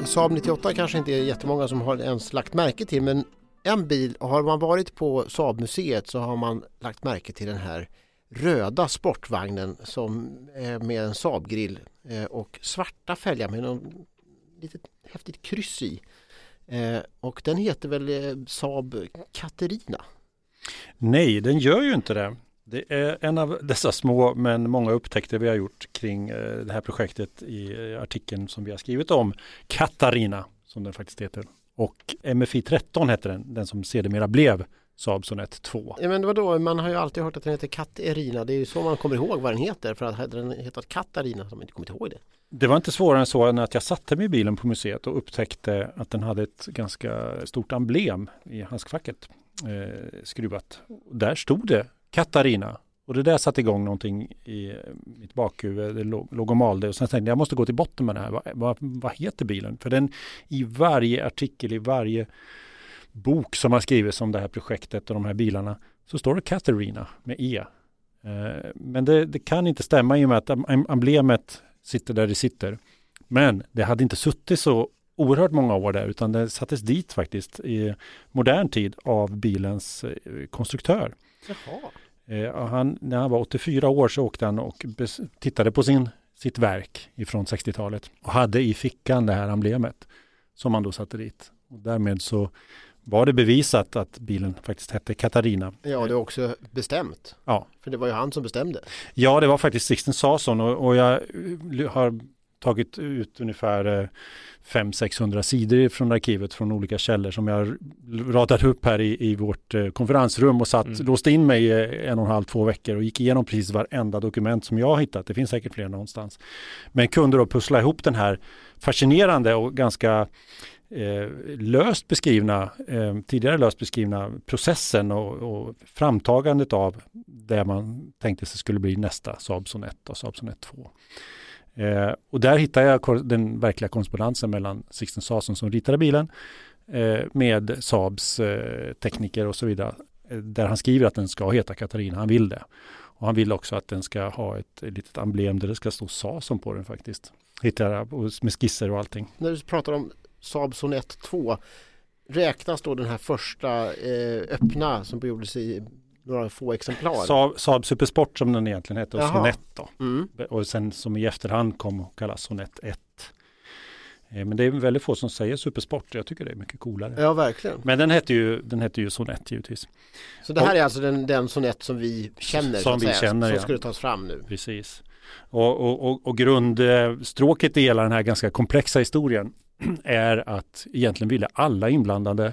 Saab nittioåtta kanske inte är jättemånga som har ens lagt märke till, men en bil, har man varit på Saab-museet så har man lagt märke till den här röda sportvagnen som är med en Saab-grill och svarta fälgar med någon litet häftigt kryss i. Och den heter väl Saab Caterina? Nej, den gör ju inte det. Det är en av dessa små men många upptäckter vi har gjort kring det här projektet i artikeln som vi har skrivit om Catarina, som den faktiskt heter. Och M F I tretton heter den, den som sedermera blev Saab Sonett två. Ja, men vadå? Man har ju alltid hört att den heter Caterina. Det är ju så man kommer ihåg vad den heter, för att hade den hetat Catarina så har man inte kommit ihåg det. Det var inte svårare än så än att jag satte mig i bilen på museet och upptäckte att den hade ett ganska stort emblem i handskfacket eh, skruvat. Där stod det Catarina. Och det där satte igång någonting i mitt bakhuvud. Det låg och malde. Och sen tänkte jag, jag måste gå till botten med det här. Vad, vad, vad heter bilen? För den i varje artikel, i varje bok som har skrivits om det här projektet och de här bilarna, så står det Catarina med E. Eh, men det, det kan inte stämma i och med att emblemet sitter där det sitter. Men det hade inte suttit så oerhört många år där, utan det sattes dit faktiskt i modern tid av bilens eh, konstruktör. Jaha. Eh, han, när han var åttiofyra år så åkte han och bes- tittade på sin, sitt verk ifrån sextiotalet och hade i fickan det här emblemet som han då satte dit. Och därmed så var det bevisat att bilen faktiskt hette Catarina. Ja, det är också bestämt. Ja. För det var ju han som bestämde. Ja, det var faktiskt Sixten Sason och, och jag har tagit ut ungefär fem till sexhundra sidor från arkivet från olika källor som jag radade upp här i, i vårt eh, konferensrum och satt, mm. låste in mig en och en halv, två veckor och gick igenom precis varenda dokument som jag har hittat. Det finns säkert fler någonstans. Men kunde då pussla ihop den här fascinerande och ganska eh, löst beskrivna, eh, tidigare löst beskrivna processen och, och framtagandet av det man tänkte sig skulle bli nästa Saab Sonett och Saab Sonett två. Eh, och där hittar jag den verkliga korrespondensen mellan Sixten Sason som ritade bilen eh, med Saabs eh, tekniker och så vidare. Eh, där han skriver att den ska heta Catarina, han vill det. Och han vill också att den ska ha ett, ett litet emblem där det ska stå Sason på den faktiskt. Hittar jag med skisser och allting. När du pratar om Saab Sonett två, räknas då den här första eh, öppna som gjordes i några få exemplar? Saab, Saab Supersport som den egentligen heter och Sonett då. Mm. Och sen som i efterhand kom och kallas Sonett ett. Eh, men det är väldigt få som säger Supersport. Jag tycker det är mycket coolare. Ja, verkligen. Men den heter ju, den heter ju Sonett givetvis. Så det här och, är alltså den, den Sonett som vi känner, som vi säga, känner, som ja. skulle tas fram nu. Precis. Och, och, och, och grundstråket i hela den här ganska komplexa historien är att egentligen ville alla inblandade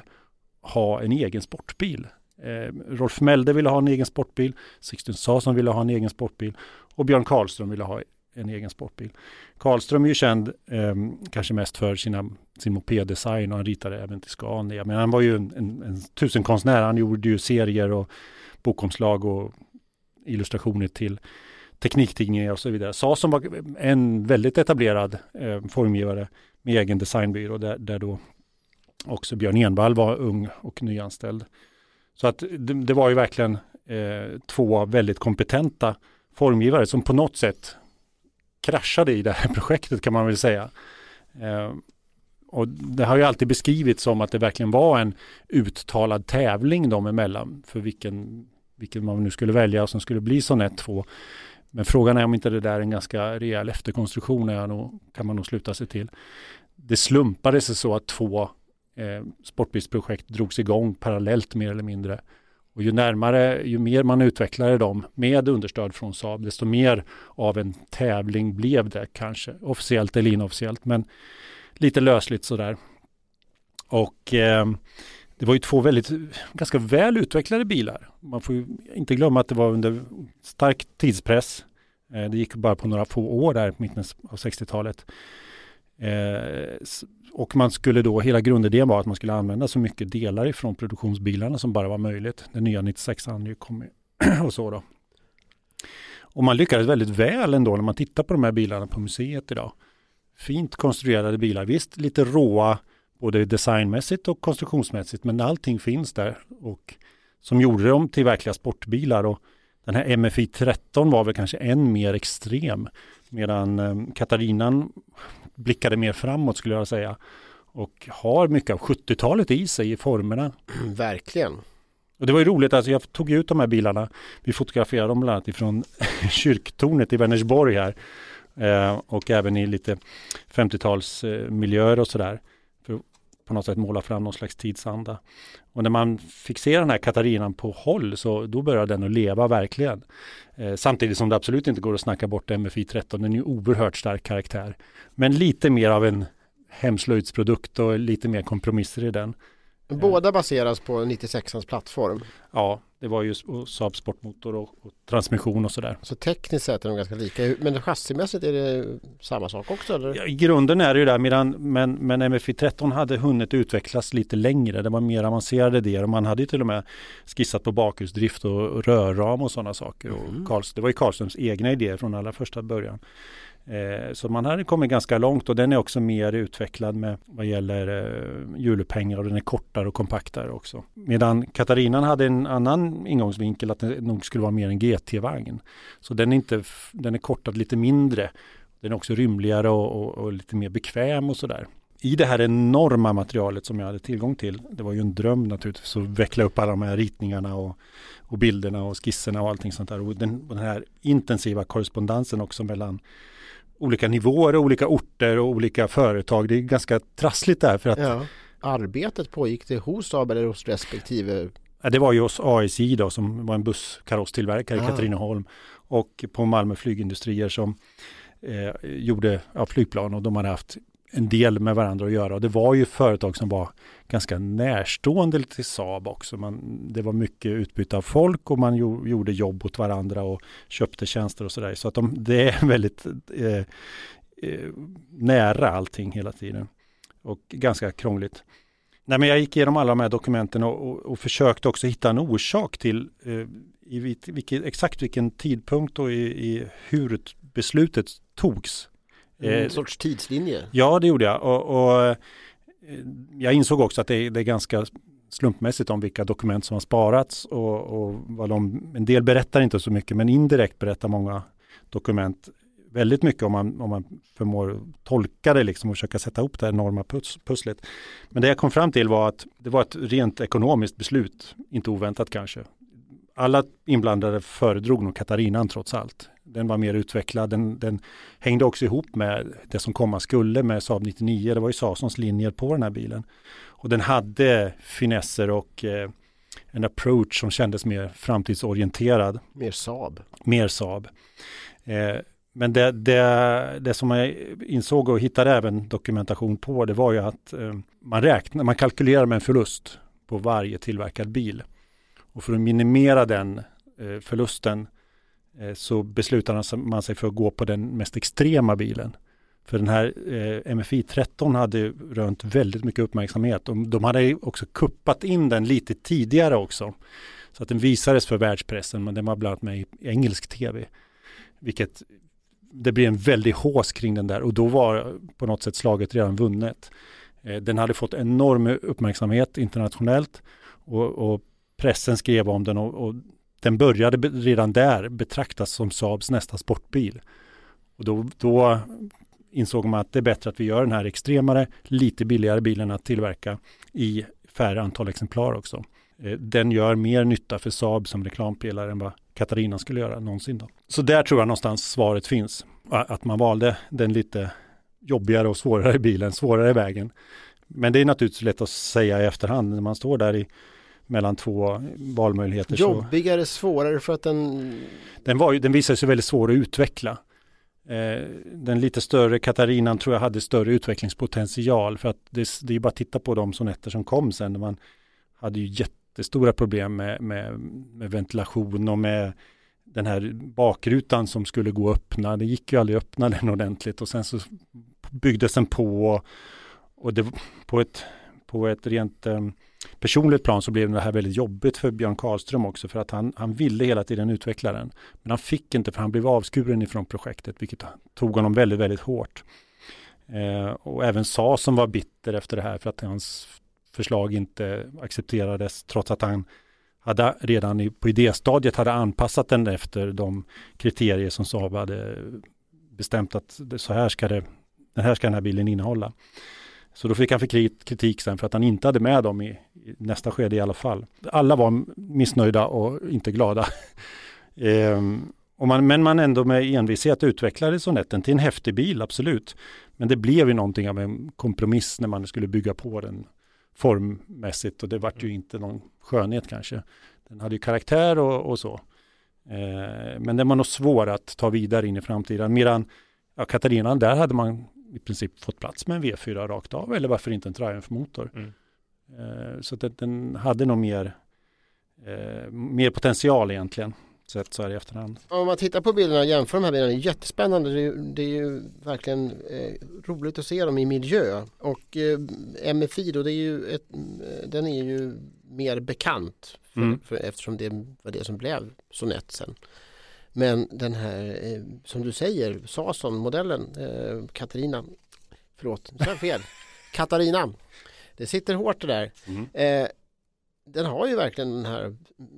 ha en egen sportbil. Eh, Rolf Melde ville ha en egen sportbil, Sixten Sason ville ha en egen sportbil och Björn Karlström ville ha en egen sportbil. Karlström är ju känd eh, kanske mest för sina, sin mopeddesign och han ritade även till Scania. Men han var ju en, en, en tusenkonstnär, han gjorde ju serier och bokomslag och illustrationer till tekniktidningar och så vidare. Sason var en väldigt etablerad eh, formgivare med egen designbyrå där, där då också Björn Envall var ung och nyanställd. Så att det, det var ju verkligen eh, två väldigt kompetenta formgivare som på något sätt kraschade i det här projektet kan man väl säga. Eh, och det har ju alltid beskrivits som att det verkligen var en uttalad tävling dem emellan för vilken, vilken man nu skulle välja som skulle bli Sonett två. Men frågan är om inte det där är en ganska rejäl efterkonstruktion är nog, kan man nog sluta sig till. Det slumpade sig så att två eh, sportbilsprojekt drogs igång parallellt mer eller mindre. Och ju närmare, ju mer man utvecklade dem med understöd från Saab, desto mer av en tävling blev det kanske. Officiellt eller inofficiellt, men lite lösligt sådär. Och eh, det var ju två väldigt, ganska väl utvecklade bilar. Man får ju inte glömma att det var under stark tidspress. Eh, det gick bara på några få år där på mitten av sextiotalet. Eh, och man skulle då, hela grundidén var att man skulle använda så mycket delar ifrån produktionsbilarna som bara var möjligt. Den nya nittiosexan ju kom och så då. Och man lyckades väldigt väl ändå när man tittar på de här bilarna på museet idag. Fint konstruerade bilar, visst lite råa både designmässigt och konstruktionsmässigt, men allting finns där och som gjorde dem till verkliga sportbilar. Och den här M F I tretton var väl kanske än mer extrem, medan eh, Catarinan blickade mer framåt skulle jag säga. Och har mycket av sjuttiotalet i sig i formerna. Verkligen. Och det var ju roligt, alltså jag tog ut de här bilarna. Vi fotograferade dem bland annat ifrån kyrktornet i Vänersborg här. Eh, och även i lite femtiotalsmiljöer och sådär. För att på något sätt måla fram någon slags tidsanda. Och när man fick se den här Katarinan på håll så då började den att leva verkligen. Eh, samtidigt som det absolut inte går att snacka bort M F I tretton. Den är ju oerhört stark karaktär. Men lite mer av en hemslöjdsprodukt och lite mer kompromisser i den. Båda baseras på nittiosexans plattform. Ja, det var ju Saab sportmotor och, och transmission och sådär. Så tekniskt sett är de ganska lika. Men chassimässigt är det samma sak också? Eller? Ja, i grunden är det ju där, medan, men, men M F I tretton hade hunnit utvecklas lite längre. Det var mer avancerade idéer och man hade ju till och med skissat på bakhjulsdrift och, och rörram och sådana saker. Mm. Och Karls, det var ju Karlströms egna idéer från allra första början. Eh, så man hade kommit ganska långt och den är också mer utvecklad med vad gäller eh, hjulupphängare och den är kortare och kompaktare också. Medan Katarinan hade en annan ingångsvinkel att det nog skulle vara mer en G T-vagn. Så den är, inte, den är kortad lite mindre. Den är också rymligare och, och, och lite mer bekväm och sådär. I det här enorma materialet som jag hade tillgång till, det var ju en dröm naturligtvis att veckla upp alla de här ritningarna och, och bilderna och skisserna och allting sånt där. Och den, den här intensiva korrespondensen också mellan olika nivåer och olika orter och olika företag. Det är ganska trassligt där för att... Ja. Arbetet pågick det hos Saab eller hos respektive... Ja, det var ju hos A S I då som var en busskaross-tillverkare i ah. Katrineholm och på Malmö flygindustrier som eh, gjorde ja, flygplan och de hade haft en del med varandra att göra. Och det var ju företag som var ganska närstående till Saab också. Man, det var mycket utbyte av folk och man jo, gjorde jobb åt varandra och köpte tjänster och sådär. Så att de, det är väldigt eh, eh, nära allting hela tiden. Och ganska krångligt. Nej, men jag gick igenom alla de här dokumenten och, och, och försökte också hitta en orsak till eh, i vilket, exakt vilken tidpunkt och i, i hur beslutet togs. En eh, sorts tidslinje. Ja, det gjorde jag. Och, och jag insåg också att det, det är ganska slumpmässigt om vilka dokument som har sparats och, och vad de, en del berättar inte så mycket, men indirekt berättar många dokument väldigt mycket om man, om man förmår tolka det liksom och försöka sätta ihop det här enorma pus, pusslet. Men det jag kom fram till var att det var ett rent ekonomiskt beslut, inte oväntat kanske. Alla inblandade föredrog nog Katarinan trots allt. Den var mer utvecklad. Den, den hängde också ihop med det som komma skulle med Saab nittionio. Det var ju Sasons linjer på den här bilen. Och den hade finesser och eh, en approach som kändes mer framtidsorienterad. Mer Saab. Mer Saab. Eh, men det, det, det som jag insåg och hittade även dokumentation på, det var ju att eh, man räknar, man kalkylerar med en förlust på varje tillverkad bil. Och för att minimera den eh, förlusten eh, så beslutar man sig för att gå på den mest extrema bilen. För den här eh, M F I tretton hade rönt väldigt mycket uppmärksamhet. Och de hade också kuppat in den lite tidigare också. Så att den visades för världspressen, men den var bland annat med i engelsk tv. Vilket det blev en väldig hås kring den där. Och då var på något sätt slaget redan vunnet. Eh, den hade fått enorm uppmärksamhet internationellt och, och pressen skrev om den och, och den började be, redan där betraktas som Saabs nästa sportbil. Och då, då insåg man att det är bättre att vi gör den här extremare, lite billigare bilen att tillverka i färre antal exemplar också. Den gör mer nytta för Saab som reklampelare än vad Katarinan skulle göra någonsin då. Så där tror jag någonstans svaret finns. Att man valde den lite jobbigare och svårare bilen, svårare vägen. Men det är naturligtvis lätt att säga i efterhand när man står där i mellan två valmöjligheter. Jobbigare, så, svårare för att den... Den, var ju, den visade sig väldigt svår att utveckla. Eh, den lite större Katarinan tror jag hade större utvecklingspotential för att det, det är bara att titta på de sonetter som kom sen. Man hade ju jättestora problem med, med, med ventilation och med den här bakrutan som skulle gå att öppna. Det gick ju aldrig att öppna den ordentligt och sen så byggdes den på och, och det, på ett på ett rent eh, personligt plan så blev det här väldigt jobbigt för Björn Karlström också för att han, han ville hela tiden utveckla den. Men han fick inte för han blev avskuren ifrån projektet vilket tog honom väldigt, väldigt hårt. Eh, och även Sa som var bitter efter det här för att hans förslag inte accepterades trots att han hade redan i, på idéstadiet hade anpassat den efter de kriterier som Saab hade bestämt att det, så här ska det den här ska den här bilen innehålla. Så då fick han för kritik sen för att han inte hade med dem i, i nästa skede i alla fall. Alla var missnöjda och inte glada. ehm, och man, men man ändå med envishet utvecklade Sonetten till en häftig bil, absolut. Men det blev ju någonting av en kompromiss när man skulle bygga på den formmässigt. Och det var ju inte någon skönhet kanske. Den hade ju karaktär och, och så. Ehm, men den var nog svår att ta vidare in i framtiden. Medan ja, Katarina, där hade man i princip fått plats med en V fyra rakt av, eller varför inte en Triumph-motor. Mm. Eh, så att den hade nog mer, eh, mer potential egentligen, sett så här i efterhand. Om man tittar på bilderna och jämför de här bilderna, det är jättespännande. Det är, det är ju verkligen eh, roligt att se dem i miljö. Och eh, M F I då, det är ju ett, den är ju mer bekant för, mm. för, eftersom det var det som blev Sonett sen. Men den här, eh, som du säger, Sason-modellen, eh, Katarina, förlåt, så är fel, Katarina, det sitter hårt det där. Mm. Eh, den har ju verkligen den här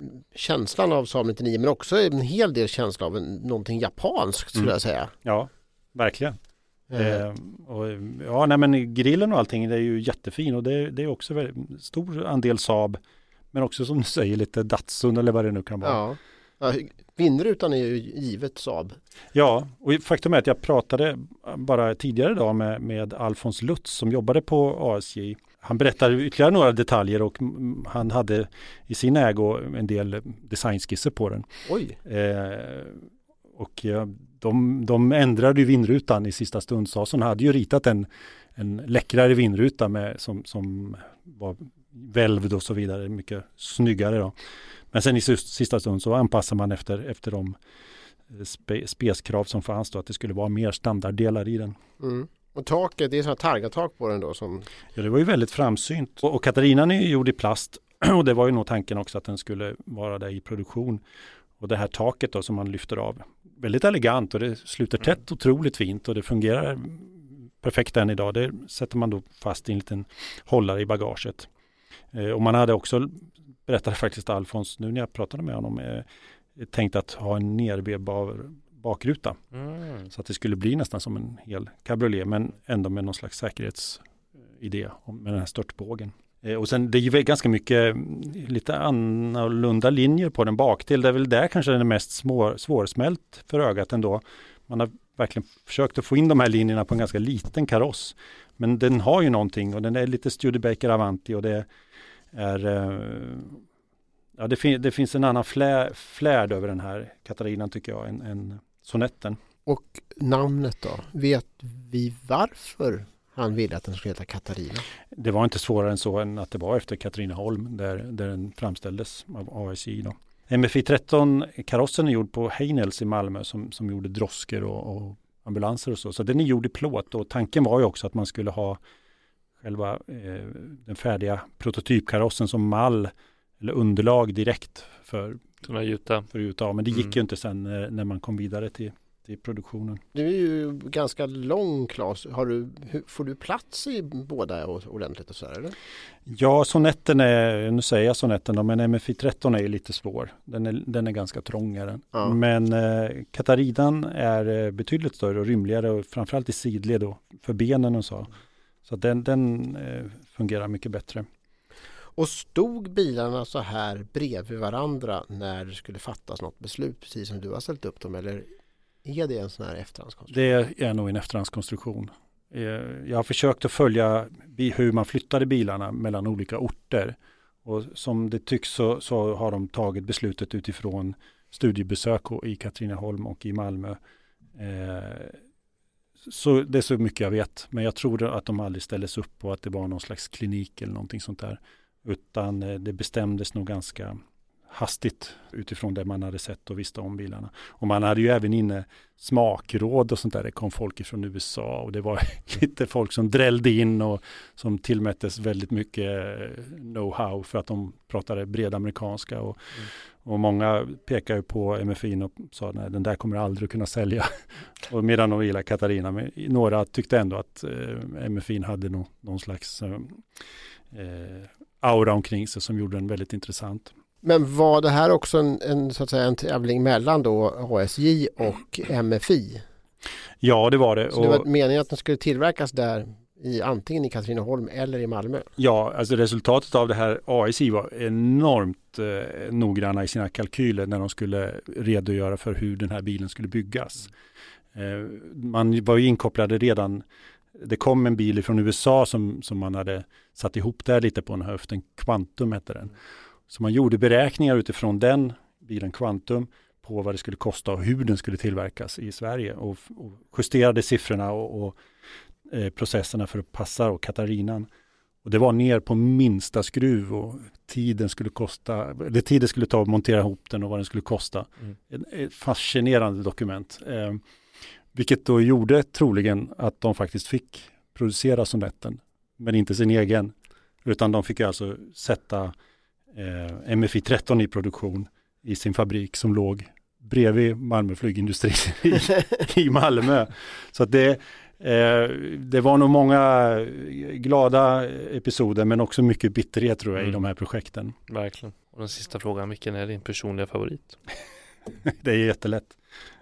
känslan av Saab nittionio, men också en hel del känsla av en, någonting japanskt skulle mm. jag säga. Ja, verkligen. Mm. Eh, och, ja, nej, men grillen och allting, det är ju jättefin och det, det är också en stor andel Saab, men också som du säger lite Datsun eller vad det nu kan vara. Ja. Ja, vindrutan är ju givet Saab. Ja, och faktum är att jag pratade bara tidigare idag med, med Alfons Lutz som jobbade på A S J. Han berättade ytterligare några detaljer och han hade i sin ägo en del designskisser på den. Oj! Eh, och de, de ändrade ju vindrutan i sista stund. Sason hade ju ritat en, en läckrare vindruta med, som, som var välvd och så vidare, mycket snyggare då. Men sen i sista stund så anpassar man efter, efter de spe, speskrav som fanns då, att det skulle vara mer standarddelar i den. Mm. Och taket, det är sådana targatak på den då som... Ja, det var ju väldigt framsynt. Och, och Katarinan är ju gjord i plast och det var ju nog tanken också att den skulle vara där i produktion. Och det här taket då som man lyfter av, väldigt elegant och det sluter tätt mm. otroligt fint och det fungerar perfekt än idag. Det sätter man då fast i en liten hållare i bagaget. Eh, och man hade också, berättade faktiskt Alfons nu när jag pratade med honom, eh, tänkt att ha en nervevbar bakruta. Mm. Så att det skulle bli nästan som en hel cabriolet men ändå med någon slags säkerhetsidé med den här störtbågen. Eh, och sen det är ju ganska mycket lite annorlunda linjer på den baktill. Det är väl där kanske den är mest små, svårsmält för ögat ändå. Man har verkligen försökt att få in de här linjerna på en ganska liten kaross. Men den har ju någonting och den är lite Studebaker Avanti och det är... Eh, ja, det, fin- det finns en annan flä- flärd över den här Katarinan tycker jag än, än Sonetten. Och namnet då? Vet vi varför han ville att den skulle heta Katarina? Det var inte svårare än så än att det var efter Katrineholm där, där den framställdes av A S I då. M F I tretton-karossen är gjord på Heinels i Malmö som, som gjorde drosker och, och ambulanser och så. Så den är gjord i plåt och tanken var ju också att man skulle ha själva eh, den färdiga prototypkarossen som mall eller underlag direkt för att gjuta. För att gjuta. Men det gick mm. ju inte sen när, när man kom vidare till, till produktionen. Du är ju ganska lång, Claes. Har du, hur, får du plats i båda ordentligt och så här, eller? Ja, Sonetten är, nu säger jag Sonetten då, men M F I tretton är ju lite svår. Den är, den är ganska trångare. Ja. Men eh, Katarinan är betydligt större och rymligare och framförallt i sidled då, för benen och så. Så den, den eh, fungerar mycket bättre. Och stod bilarna så här bredvid varandra när det skulle fattas något beslut, precis som du har ställt upp dem, eller är det en sån här efterhandskonstruktion? Det är nog en efterhandskonstruktion. Jag har försökt att följa hur man flyttade bilarna mellan olika orter. Och som det tycks så, så har de tagit beslutet utifrån studiebesök i Katrineholm och i Malmö. Så det är så mycket jag vet. Men jag tror att de aldrig ställdes upp på att det var någon slags klinik eller någonting sånt där. Utan det bestämdes nog ganska hastigt utifrån det man hade sett och visste om bilarna. Och man hade ju även inne smakråd och sånt där. Det kom folk från U S A och det var lite folk som drällde in och som tillmättes väldigt mycket know-how för att de pratade bred amerikanska. Och, mm. och många pekar ju på M F I och sa nej, den där kommer aldrig att kunna sälja. Och medan de gillar Katarina. Men några tyckte ändå att eh, M F I hade no, någon slags eh, aura omkring sig som gjorde den väldigt intressant. Men var det här också en, en, så att säga, en tävling mellan då A S J och M F I? Ja, det var det. Så det var meningen att den skulle tillverkas där i antingen i Katrineholm eller i Malmö? Ja, alltså resultatet av det här A S I var enormt eh, noggranna i sina kalkyler när de skulle redogöra för hur den här bilen skulle byggas. Eh, man var ju inkopplade redan, det kom en bil från U S A som, som man hade satt ihop där lite på en höft, en Quantum hette den. Så man gjorde beräkningar utifrån den bilen Quantum på vad det skulle kosta och hur den skulle tillverkas i Sverige och, och justerade siffrorna och, och eh, processerna för att passa och Katarinan. Och det var ner på minsta skruv och tiden skulle kosta, det tiden skulle ta att montera ihop den och vad den skulle kosta. Mm. Ett, ett fascinerande dokument. Eh, vilket då gjorde troligen att de faktiskt fick producera sonetten, men inte sin egen. Utan de fick alltså sätta eh, M F I tretton i produktion i sin fabrik som låg bredvid Malmö flygindustri i, i Malmö. Så att det, eh, det var nog många glada episoder men också mycket bitterhet tror jag mm. i de här projekten. Verkligen. Och den sista frågan, vilken är din personliga favorit? Det är jättelätt.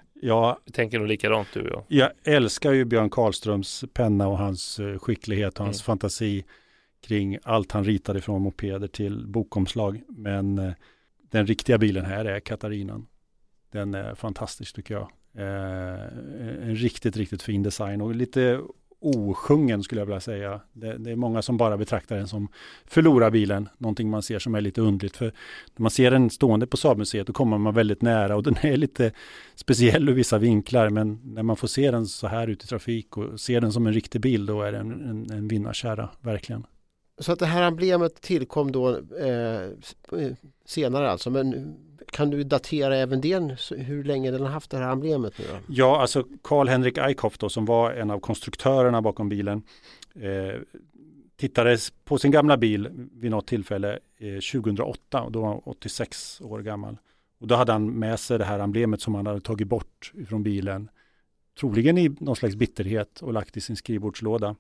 Ja, vi tänker nog likadant du och jag. Jag älskar ju Björn Karlströms penna och hans skicklighet och hans mm. fantasi kring allt han ritade från mopeder till bokomslag. Men eh, den riktiga bilen här är Katarinan. Den är fantastisk tycker jag. Eh, en riktigt, riktigt fin design och lite osjungen skulle jag vilja säga. Det, det är många som bara betraktar den som förlorarbilen. Någonting man ser som är lite undligt. För när man ser den stående på Saab-museet då kommer man väldigt nära och den är lite speciell ur vissa vinklar. Men när man får se den så här ute i trafik och ser den som en riktig bil då är det en, en, en vinnarkärra, verkligen. Så att det här emblemet tillkom då eh, senare alltså, men kan du datera även den, hur länge den har haft det här emblemet nu då? Ja, alltså Carl-Henrik Eickhoff då, som var en av konstruktörerna bakom bilen eh, tittade på sin gamla bil vid något tillfälle eh, tjugohundraåtta och då var han åttiosex år gammal. Och då hade han med sig det här emblemet som han hade tagit bort från bilen, troligen i någon slags bitterhet och lagt i sin skrivbordslåda.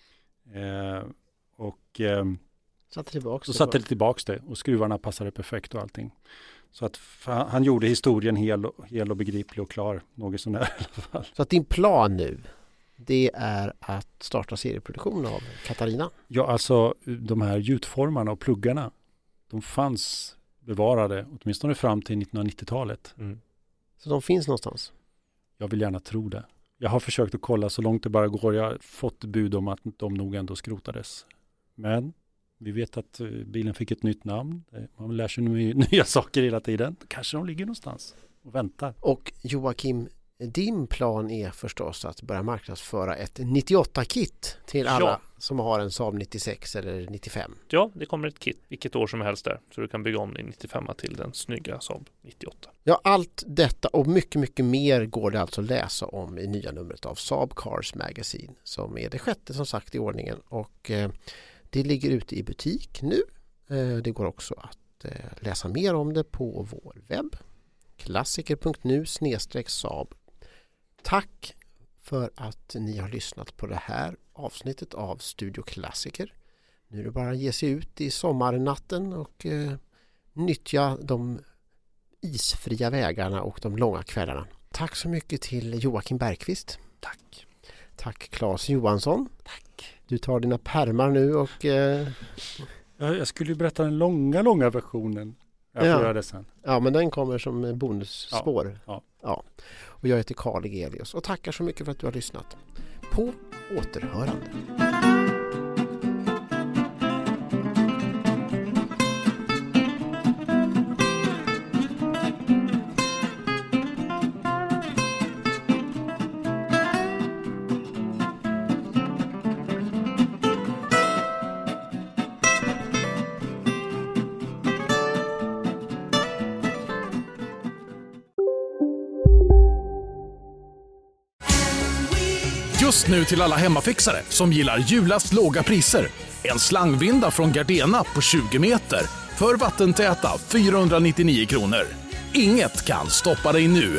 Eh, och eh, satte tillbaks så det satte det tillbaks det och skruvarna passade perfekt och allting. Så att han, han gjorde historien hel och, hel och begriplig och klar, något sån där i alla fall. Så att din plan nu, det är att starta serieproduktion av Katarina? Ja, alltså de här gjutformarna och pluggarna, de fanns bevarade åtminstone fram till nittonhundranittiotalet. Mm. Så de finns någonstans? Jag vill gärna tro det. Jag har försökt att kolla så långt det bara går. Jag har fått bud om att de nog ändå skrotades. Men vi vet att bilen fick ett nytt namn. Man lär sig nya saker hela tiden. Kanske de ligger någonstans och väntar. Och Joakim, din plan är förstås att börja marknadsföra ett nittioåtta-kit till alla ja. som har en Saab nittiosex eller nittiofem. Ja, det kommer ett kit vilket år som helst där. Så du kan bygga om din nittiofem till den snygga Saab nittioåtta. Ja, allt detta och mycket, mycket mer går det alltså att läsa om i nya numret av Saab Cars Magazine som är det sjätte som sagt i ordningen. Och eh, det ligger ute i butik nu. Eh, det går också att eh, läsa mer om det på vår webb. klassiker punkt nu snedstreck Saab. Tack för att ni har lyssnat på det här avsnittet av Studio Klassiker. Nu är det bara att ge sig ut i sommarnatten och eh, nyttja de isfria vägarna och de långa kvällarna. Tack så mycket till Joakim Bergqvist. Tack. Tack Claes Johansson. Tack. Du tar dina pärmar nu och... Eh... Ja, jag skulle ju berätta den långa, långa versionen. Jag får ja. göra det sen. Ja, men den kommer som bonusspår. Ja. Ja. Och jag heter Carl Egelius och tackar så mycket för att du har lyssnat. På återhörande. Just nu till alla hemmafixare som gillar Julas låga priser. En slangvinda från Gardena på tjugo meter för vattentäta fyrahundranittionio kronor. Inget kan stoppa dig nu.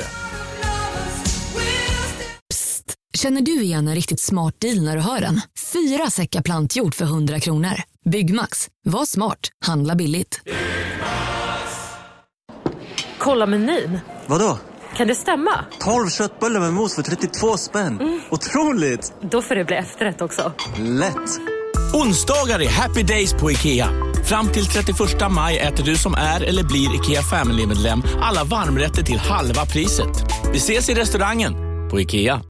Psst, känner du igen en riktigt smart deal när du hör den? Fyra säckar plantjord för hundra kronor. Byggmax, var smart, handla billigt. Kolla menyn. Vadå? Kan det stämma? tolv köttbullar med mos för trettiotvå spänn. Mm. Otroligt! Då får det bli efterrätt också. Lätt! Onsdagar är happy days på IKEA. Fram till trettioförsta maj äter du som är eller blir IKEA Family-medlem alla varmrätter till halva priset. Vi ses i restaurangen på IKEA.